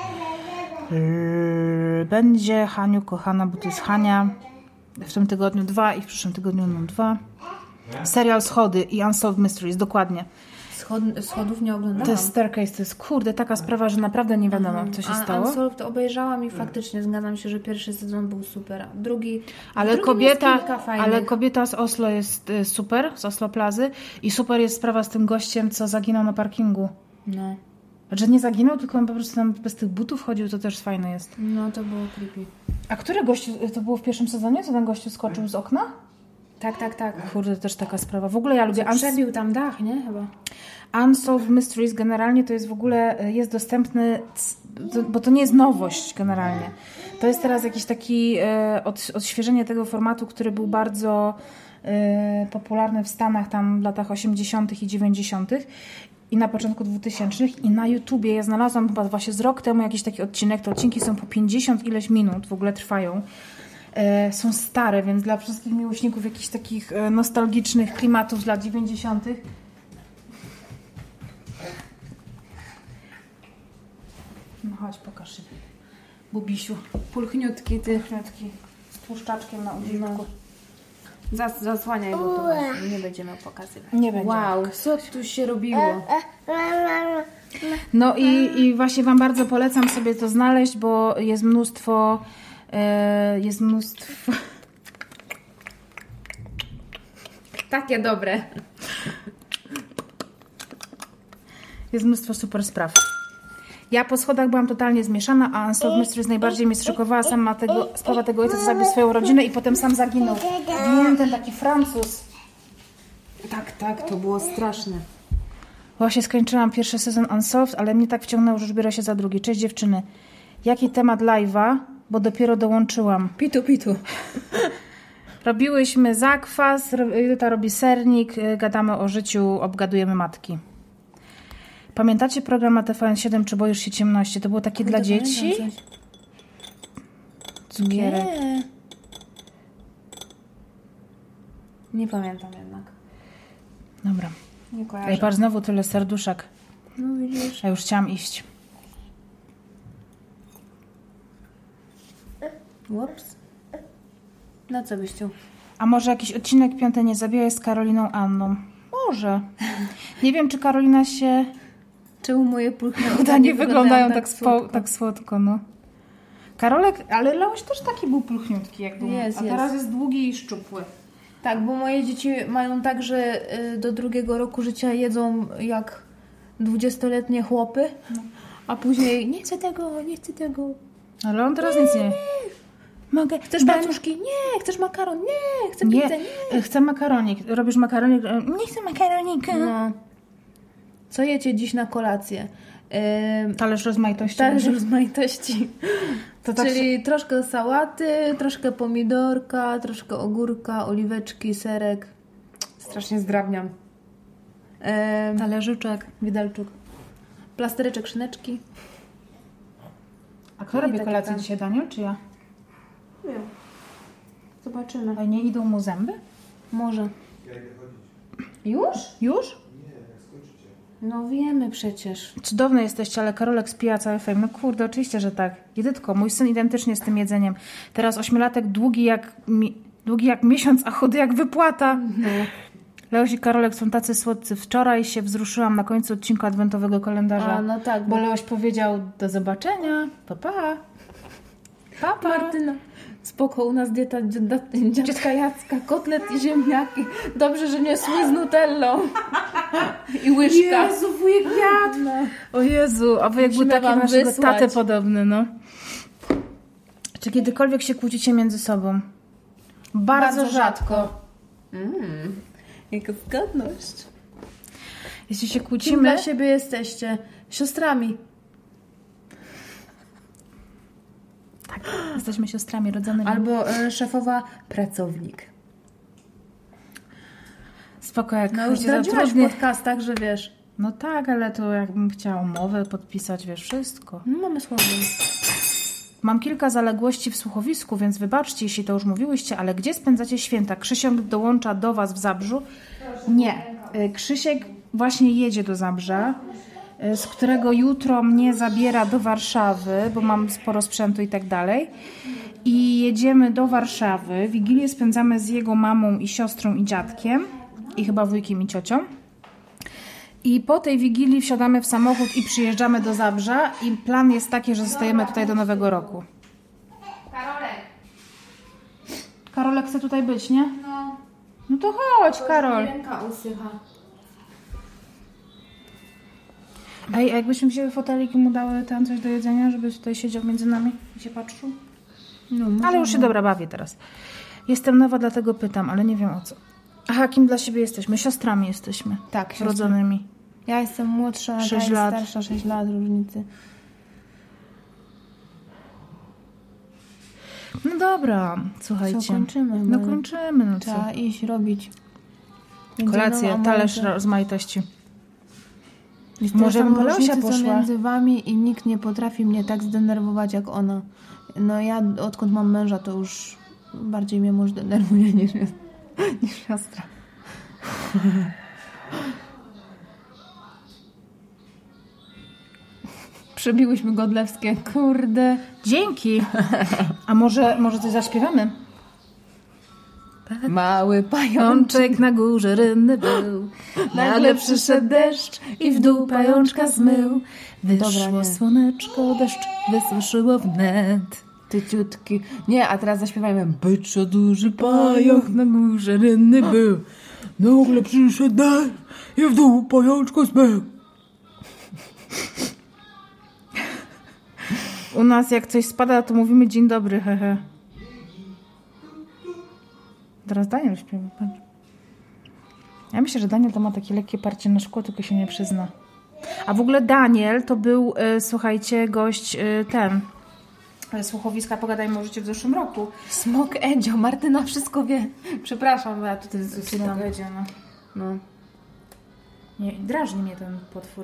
A: Yy, będzie, Haniu, kochana, bo to jest Hania. W tym tygodniu dwa i w przyszłym tygodniu mam dwa. Serial Schody i Unsolved Mysteries, dokładnie.
B: Schod, schodów nie oglądałam.
A: To jest Staircase, to jest kurde taka sprawa, że naprawdę nie wiadomo, co się
B: A,
A: stało.
B: Unsolved obejrzałam i faktycznie zgadzam się, że pierwszy sezon był super. Drugi,
A: Ale
B: drugi
A: kobieta,
B: jest kilka fajnych.
A: ale kobieta z Oslo jest y, super, z Oslo Plazy i super jest sprawa z tym gościem, co zaginął na parkingu.
B: No.
A: Że nie zaginął, tylko on po prostu tam bez tych butów chodził, to też fajne jest.
B: No to było creepy.
A: A który gościu, to było w pierwszym sezonie, co ten gościu skoczył z okna?
B: Tak, tak, tak.
A: Kurde, też taka sprawa. W ogóle ja lubię...
B: Co, przebił tam dach, nie? Chyba.
A: Unsolved Mysteries generalnie to jest w ogóle, jest dostępny, bo to nie jest nowość generalnie. To jest teraz jakiś taki e, od, odświeżenie tego formatu, który był bardzo e, popularny w Stanach tam w latach osiemdziesiątych i dziewięćdziesiątych i na początku dwutysięcznych i na YouTubie ja znalazłam chyba właśnie z rok temu jakiś taki odcinek. Te odcinki są po pięćdziesiąt ileś minut, w ogóle trwają. E, są stare, więc dla wszystkich miłośników jakichś takich e, nostalgicznych klimatów z lat dziewięćdziesiątych. No chodź, pokaż się. Bubisiu.
B: Pulchniutki ty.
A: Pulchniutki. Z tłuszczaczkiem na udziwku.
B: Zas, zasłaniaj, bo to właśnie nie będziemy pokazywać.
A: Nie będzie.
B: Wow, co tu się robiło?
A: No i, i właśnie wam bardzo polecam sobie to znaleźć, bo jest mnóstwo e, jest mnóstwo
B: Takie dobre.
A: jest mnóstwo super spraw. Ja po schodach byłam totalnie zmieszana, a Unsolved Mysteries najbardziej mnie zszokowała sama tego, sprawa tego ojca, co zabił swoją rodzinę i potem sam zaginął. Wiem, ten taki Francuz.
B: Tak, tak, to było straszne.
A: Właśnie skończyłam pierwszy sezon Unsolved, ale mnie tak wciągnęło, że już biorę się za drugi. Cześć dziewczyny. Jaki temat live'a? Bo dopiero dołączyłam.
B: Pitu, pitu.
A: Robiłyśmy zakwas, Judyta robi sernik, gadamy o życiu, obgadujemy matki. Pamiętacie program na T V N siedem, czy boisz się ciemności? To było takie dla dzieci? Cukierek.
B: Nie. Nie pamiętam jednak.
A: Dobra.
B: Nie kojarzę.
A: Ej, patrz, znowu tyle serduszek.
B: No widzisz.
A: Ja już chciałam iść.
B: Ups. Na co byś chciał?
A: A może jakiś odcinek Piąte Nie Zabijaj z Karoliną Anną? Może. Nie wiem, czy Karolina się...
B: Czemu moje pulchnięte
A: Uda nie wyglądają tak,
B: słodko?
A: spo, tak słodko, no. Karolek, ale Leoś też taki był pulchniutki, jak był.
B: Jest,
A: A teraz
B: jest.
A: jest długi i szczupły.
B: Tak, bo moje dzieci mają tak, że y, do drugiego roku życia jedzą jak dwudziestoletnie chłopy, a później nie chcę tego, nie chcę tego.
A: Ale on teraz nic nie... Mogę...
B: Chcesz paczuszki? Nie. Chcesz makaron? Nie. Chcę
A: Nie,
B: pizzę? Nie.
A: chcę makaronik. Robisz makaronik? Nie chcę makaronika.
B: No. Co jecie dziś na kolację? Yy,
A: Talerz rozmaitości.
B: Talerz
A: będzie?
B: rozmaitości.
A: To tak
B: Czyli
A: się...
B: troszkę sałaty, troszkę pomidorka, troszkę ogórka, oliweczki, serek. Strasznie zdrabniam. Yy,
A: Talerzyczek.
B: Widelczuk. Plastereczek szyneczki.
A: A kto
B: I
A: robi
B: takie
A: kolację
B: tam.
A: dzisiaj, Daniel czy ja?
B: Nie wiem. Zobaczymy.
A: A nie idą mu zęby?
B: Może.
C: Ja idę chodzić.
B: Już?
A: Już?
C: Nie, jak skończycie.
B: No wiemy przecież.
A: Cudowne jesteście, ale Karolek spija cały fame. No kurde, oczywiście, że tak. Jedytko, mój syn identycznie z tym jedzeniem. Teraz ośmiolatek długi jak, mi... długi jak miesiąc, a chudy jak wypłata.
B: No.
A: Leoś i Karolek są tacy słodcy. Wczoraj się wzruszyłam na końcu odcinku adwentowego kalendarza.
B: A, no tak.
A: Bo Leoś powiedział do zobaczenia, pa pa. Pa, pa.
B: Martyna, spoko, u nas dieta dziad- dziadka Jacka, kotlet i ziemniaki. Dobrze, że nie słój z nutellą. I łyżka.
A: Jezu, wujek jadł.
B: No.
A: O Jezu, a wujek był
B: Musimy
A: taki
B: wam
A: naszego
B: wysłać.
A: tatę podobny, no. Czy kiedykolwiek się kłócicie między sobą? Bardzo,
B: Bardzo
A: rzadko.
B: Mm, jaka zgodność.
A: Jeśli się
B: Kim
A: kłócimy...
B: dla siebie jesteście? Siostrami.
A: Tak, jesteśmy siostrami rodzonymi.
B: Albo e, szefowa pracownik.
A: Spoko, jak
B: No już
A: chodzi za
B: zdradziłaś w
A: trudnie...
B: podcastach, że wiesz.
A: No tak, ale to jakbym chciała umowę podpisać, wiesz, wszystko.
B: No mamy słabo.
A: Mam kilka zaległości w słuchowisku, więc wybaczcie, jeśli to już mówiłyście, ale gdzie spędzacie święta? Krzysiek dołącza do was w Zabrzu? Nie. Y, Krzysiek właśnie jedzie do Zabrza, y, z którego jutro mnie zabiera do Warszawy, bo mam sporo sprzętu i tak dalej. I jedziemy do Warszawy. Wigilię spędzamy z jego mamą i siostrą i dziadkiem i chyba wujkiem i ciocią. I po tej Wigilii wsiadamy w samochód i przyjeżdżamy do Zabrza i plan jest taki, że zostajemy tutaj do Nowego Roku.
B: Karolek.
A: Karolek chce tutaj być, nie?
B: No.
A: No to chodź, Karol.
B: Ręka usycha.
A: Ej, a jakbyśmy wzięły fotelik i mu dały tam coś do jedzenia, żeby tutaj siedział między nami i się patrzył?
B: No,
A: Ale już się dobra bawię teraz. Jestem nowa, dlatego pytam, ale nie wiem o co. Aha, kim dla siebie jesteśmy? Siostrami jesteśmy.
B: Tak, siostry.
A: Rodzonymi.
B: Ja jestem młodsza, a ta
A: Sześć
B: jest
A: lat.
B: starsza, sześć lat różnicy.
A: No dobra, słuchajcie.
B: Co, kończymy?
A: No
B: bo
A: kończymy, no co?
B: Trzeba iść robić.
A: Kolację,
B: Między mną a
A: talerz
B: Montę.
A: rozmaitości.
B: Jest
A: Może
B: Może
A: bym po
B: różnicy,
A: Leosia
B: co
A: poszła.
B: między wami i nikt nie potrafi mnie tak zdenerwować jak ona. No ja odkąd mam męża, to już bardziej mnie mąż denerwuje niż, niż siostra. Przebiłyśmy Godlewskie, kurde.
A: Dzięki. A może, może coś zaśpiewamy?
B: Mały pajączek.
A: Pajączek na górze rynny był. Nagle przyszedł deszcz i w dół pajączka zmył. Wyszło
B: Dobra, nie.
A: słoneczko, deszcz wysuszyło wnet.
B: Tyciutki. Nie, a teraz zaśpiewajmy. Byczo duży
A: Pająk na górze rynny był. Nagle przyszedł deszcz i w dół pajączko zmył. U nas jak coś spada, to mówimy dzień dobry, hehe. Teraz Daniel śpiewa, patrz. Ja myślę, że Daniel to ma takie lekkie parcie na szkło, tylko się nie przyzna. A w ogóle Daniel to był, y, słuchajcie, gość y, ten, y, słuchowiska Pogadajmy o życiu w zeszłym roku.
B: Smok Edzio, Martyna wszystko wie. Przepraszam, bo ja tutaj czytam.
A: Smok Edzio, no.
B: No.
A: Nie, drażni mnie ten potwór.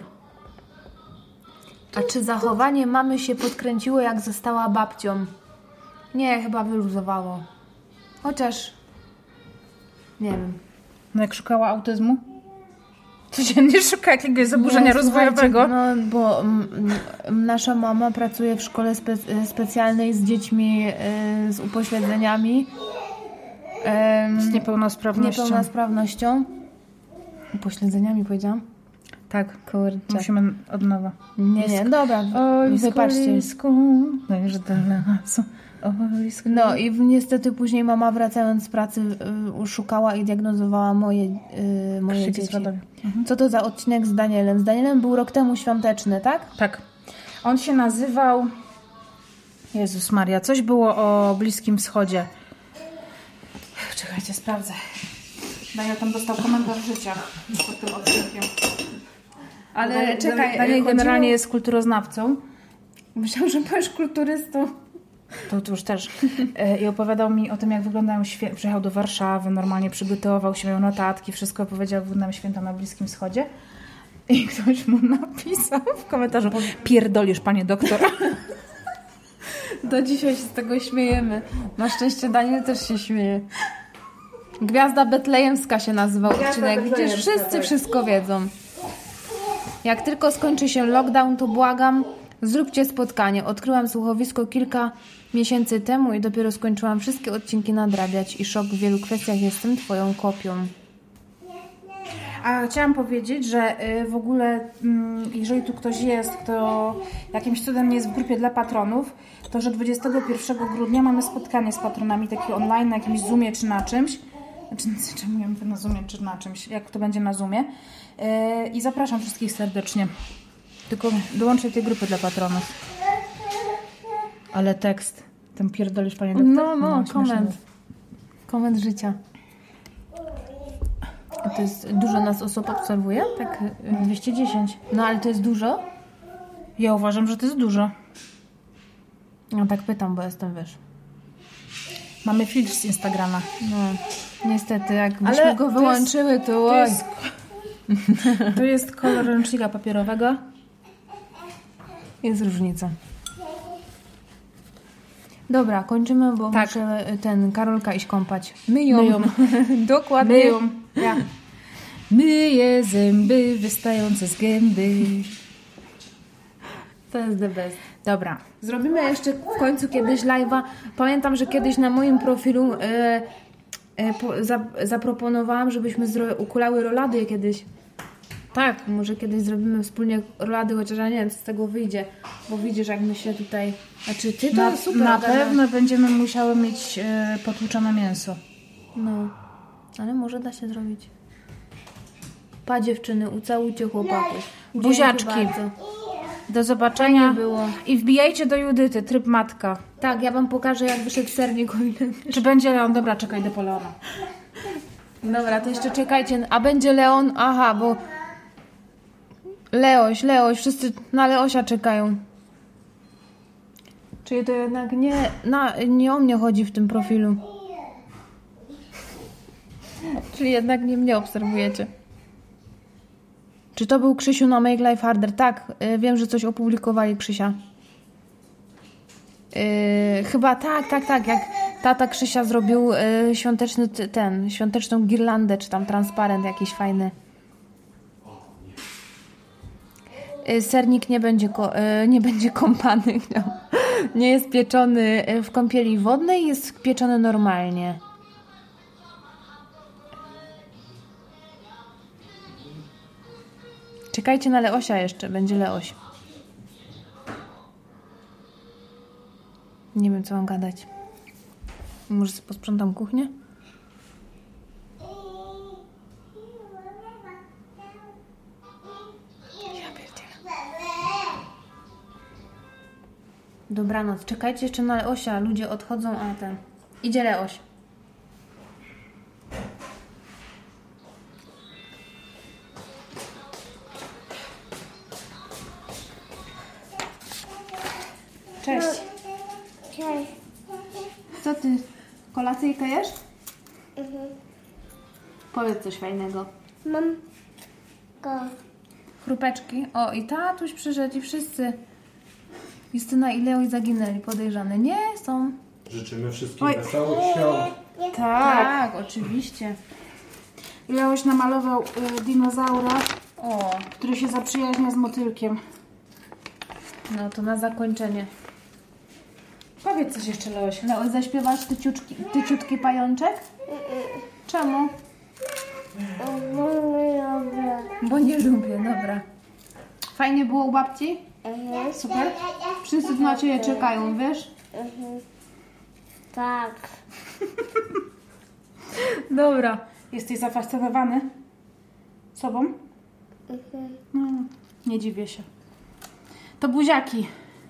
B: A czy zachowanie mamy się podkręciło, jak została babcią? Nie, chyba wyluzowało. Chociaż... Nie wiem.
A: No jak szukała autyzmu? Codziennie szuka jakiegoś zaburzenia
B: Nie,
A: rozwojowego.
B: słuchajcie, No, bo mm, mm, nasza mama pracuje w szkole spe- specjalnej z dziećmi y, z upośledzeniami. Ym,
A: Z niepełnosprawnością.
B: niepełnosprawnością. Upośledzeniami powiedziałam?
A: Tak,
B: Kurczę.
A: musimy od nowa.
B: Nie, nie, dobra.
A: Oj,
B: Wybaczcie.
A: z kulisku, dojrz do lasu. Obelisk.
B: No i niestety później mama wracając z pracy y, szukała i diagnozowała moje, y, moje
A: Krzyki
B: dzieci.
A: sładowe. Mhm.
B: Co to za odcinek z Danielem? Z Danielem był rok temu świąteczny, tak?
A: Tak. On się nazywał... Jezus Maria, coś było o Bliskim Wschodzie. Czekajcie, sprawdzę. Daniel tam dostał komentarz życia pod tym odcinkiem.
B: Ale
A: Daniel,
B: czekaj,
A: Daniel
B: chodziło-
A: generalnie jest kulturoznawcą.
B: Myślałam, że powiesz kulturystą.
A: To, to już też. E, I opowiadał mi o tym, jak wyglądają święta. Przyjechał do Warszawy, normalnie przygotował się, miał notatki, wszystko opowiedział, jak wyglądają święta na Bliskim Wschodzie. I ktoś mu napisał w komentarzu: pierdolisz, panie doktor.
B: Do dzisiaj się z tego śmiejemy. Na szczęście Daniel też się śmieje. Gwiazda Betlejemska się nazywał odcinek. Widzisz, wszyscy wszystko wiedzą. Jak tylko skończy się lockdown, to błagam, zróbcie spotkanie. Odkryłam słuchowisko kilka miesięcy temu i dopiero skończyłam wszystkie odcinki nadrabiać i szok w wielu kwestiach, jestem twoją kopią.
A: A chciałam powiedzieć, że y, w ogóle mm, jeżeli tu ktoś jest, kto jakimś cudem nie jest w grupie dla patronów, to że dwudziestego pierwszego grudnia mamy spotkanie z patronami takie online na jakimś Zoomie czy na czymś. Znaczy, czemu ja mówię na Zoomie czy na czymś, jak to będzie na Zoomie. Yy, I zapraszam wszystkich serdecznie. Tylko dołączę do tej grupy dla patronów. Ale tekst. Ten pierdolisz, panie doktor?
B: No, no,
A: śmieszny.
B: koment. Koment życia. A to jest dużo nas osób obserwuje? Tak. y,
A: dwieście dziesięć.
B: No ale to jest dużo?
A: Ja uważam, że to jest dużo.
B: Ja tak pytam, bo jestem, wiesz.
A: Mamy filtr z Instagrama.
B: No, niestety, jakbyśmy
A: Ale
B: go
A: to
B: wyłączyły, to,
A: To
B: oj.
A: jest, to jest kolor ręcznika papierowego.
B: Jest różnica. Dobra, kończymy, bo
A: Tak.
B: muszę y, ten Karolka iść kąpać. Myją.
A: Myją.
B: Dokładnie.
A: Myją. Ja. Myję zęby wystające z gęby.
B: To jest the best.
A: Dobra.
B: Zrobimy jeszcze w końcu kiedyś live'a. Pamiętam, że kiedyś na moim profilu y, y, po, za, zaproponowałam, żebyśmy zro, ukulały rolady kiedyś. Tak, może kiedyś zrobimy wspólnie rolady, chociaż ja nie wiem, co z tego wyjdzie. Bo widzisz, jak my się tutaj... Znaczy, ty to
A: Na,
B: super
A: na
B: ogarniasz.
A: pewno będziemy musiały mieć e, potłuczone mięso.
B: No, ale może da się zrobić. Pa dziewczyny, ucałujcie chłopaków. Dzięki
A: Buziaczki.
B: bardzo.
A: Do zobaczenia.
B: Fajnie było.
A: I wbijajcie do Judyty, tryb matka.
B: Tak, ja wam pokażę, jak wyszedł sernik, o ile...
A: Czy będzie Leon? Dobra, czekaj, idę po Leona.
B: Dobra, to jeszcze czekajcie. A będzie Leon? Aha, bo... Leoś, Leoś, wszyscy na Leosia czekają. Czyli to jednak nie, na, nie o mnie chodzi w tym profilu. Czyli jednak nie mnie obserwujecie. Czy to był Krzysiu na Make Life Harder? Tak, y, wiem, że coś opublikowali Krzysia. Yy, chyba tak, tak, tak. Jak tata Krzysia zrobił yy, świąteczny t- ten, świąteczną girlandę, czy tam transparent jakiś fajny. Yy, sernik nie będzie, ko- yy, nie będzie kąpany. No. Nie jest pieczony w kąpieli wodnej, jest pieczony normalnie. Czekajcie na Leosia jeszcze, będzie Leoś. Nie wiem, co mam gadać. Może sobie posprzątam kuchnię? Ja pierdzielę. Dobranoc. Czekajcie jeszcze na Leosia. Ludzie odchodzą, a ten... Idzie Leoś. Cześć.
D: Cześć.
B: Co ty? Kolacyjkę jesz?
D: Mhm.
B: Powiedz coś fajnego.
D: Mam go.
B: Chrupeczki. O, i tatuś przyszedł i wszyscy. Justyna i Leoś zaginęli, podejrzane. Nie, są.
C: Życzymy wszystkim
A: Oj.
C: wesołych świąt.
B: Tak, oczywiście.
A: Leoś namalował y, dinozaura,
B: O,
A: który się zaprzyjaźnia z motylkiem.
B: no to na zakończenie.
A: Powiedz coś jeszcze, Leoś.
B: Leoś, zaśpiewasz tyciutki, tyciutki pajączek? Czemu?
D: Dobra.
B: Bo nie lubię, dobra. Fajnie było u babci?
D: Mhm.
B: Super. Wszyscy tu na Ciebie czekają, wiesz?
D: Mhm. Tak.
A: Dobra. Jesteś zafascynowany sobą?
D: Mhm.
A: No, nie dziwię się. To buziaki.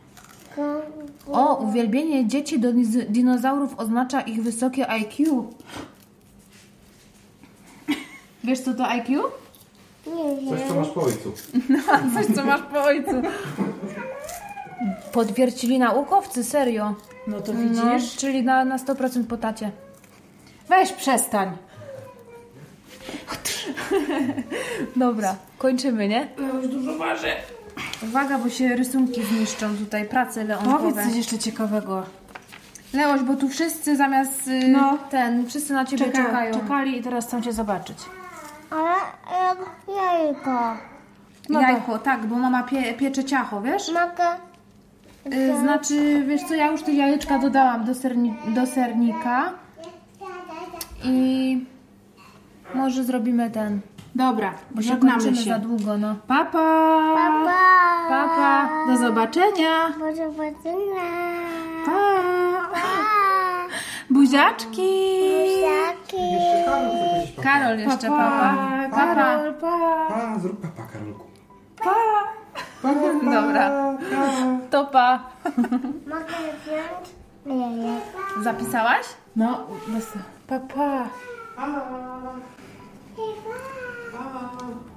B: O, uwielbienie dzieci do diz- dinozaurów oznacza ich wysokie I Q. Wiesz co to I Q?
D: Nie
C: Coś,
D: wiem.
C: co masz po ojcu.
A: Coś, co masz po ojcu.
B: Potwierdzili naukowcy, serio.
A: No to
B: No,
A: widzisz?
B: czyli na, na sto procent po tacie.
A: Weź przestań.
B: Dobra, kończymy, nie?
A: Ja już dużo ważę.
B: Uwaga, bo się rysunki zniszczą tutaj, prace leonkowe.
A: Powiedz coś jeszcze ciekawego.
B: Leoś, bo tu wszyscy zamiast y,
A: No.
B: ten, wszyscy na ciebie
A: Czeka,
B: czekają.
A: czekali i teraz chcą cię zobaczyć.
D: Ale jak jajko.
A: No
B: Jajko, tak, bo mama pie, piecze ciacho, wiesz?
D: Mogę?
B: Y, znaczy, wiesz co, ja już te jajeczka dodałam do, serni, do sernika i może zrobimy ten,
A: Dobra,
B: bo się
A: żegnamy
B: kończymy
A: się.
B: za długo, no.
A: Pa, pa.
D: Pa!
B: Papa,
A: Do zobaczenia.
D: Do zobaczenia.
A: Pa.
D: Pa!
A: Buziaczki.
D: Buziaki.
C: Jeszcze Karol chce powiedzieć papa.
B: Karol jeszcze,
A: Pa,
B: papa.
A: pa. Karol, pa.
C: Pa, zrób papa, Karolku.
A: Pa.
C: Pa, pa,
B: Dobra.
C: pa.
B: To pa.
D: Mogę wziąć? Nie, nie.
B: Zapisałaś?
A: No, bez... pa, pa.
C: Pa. Pa.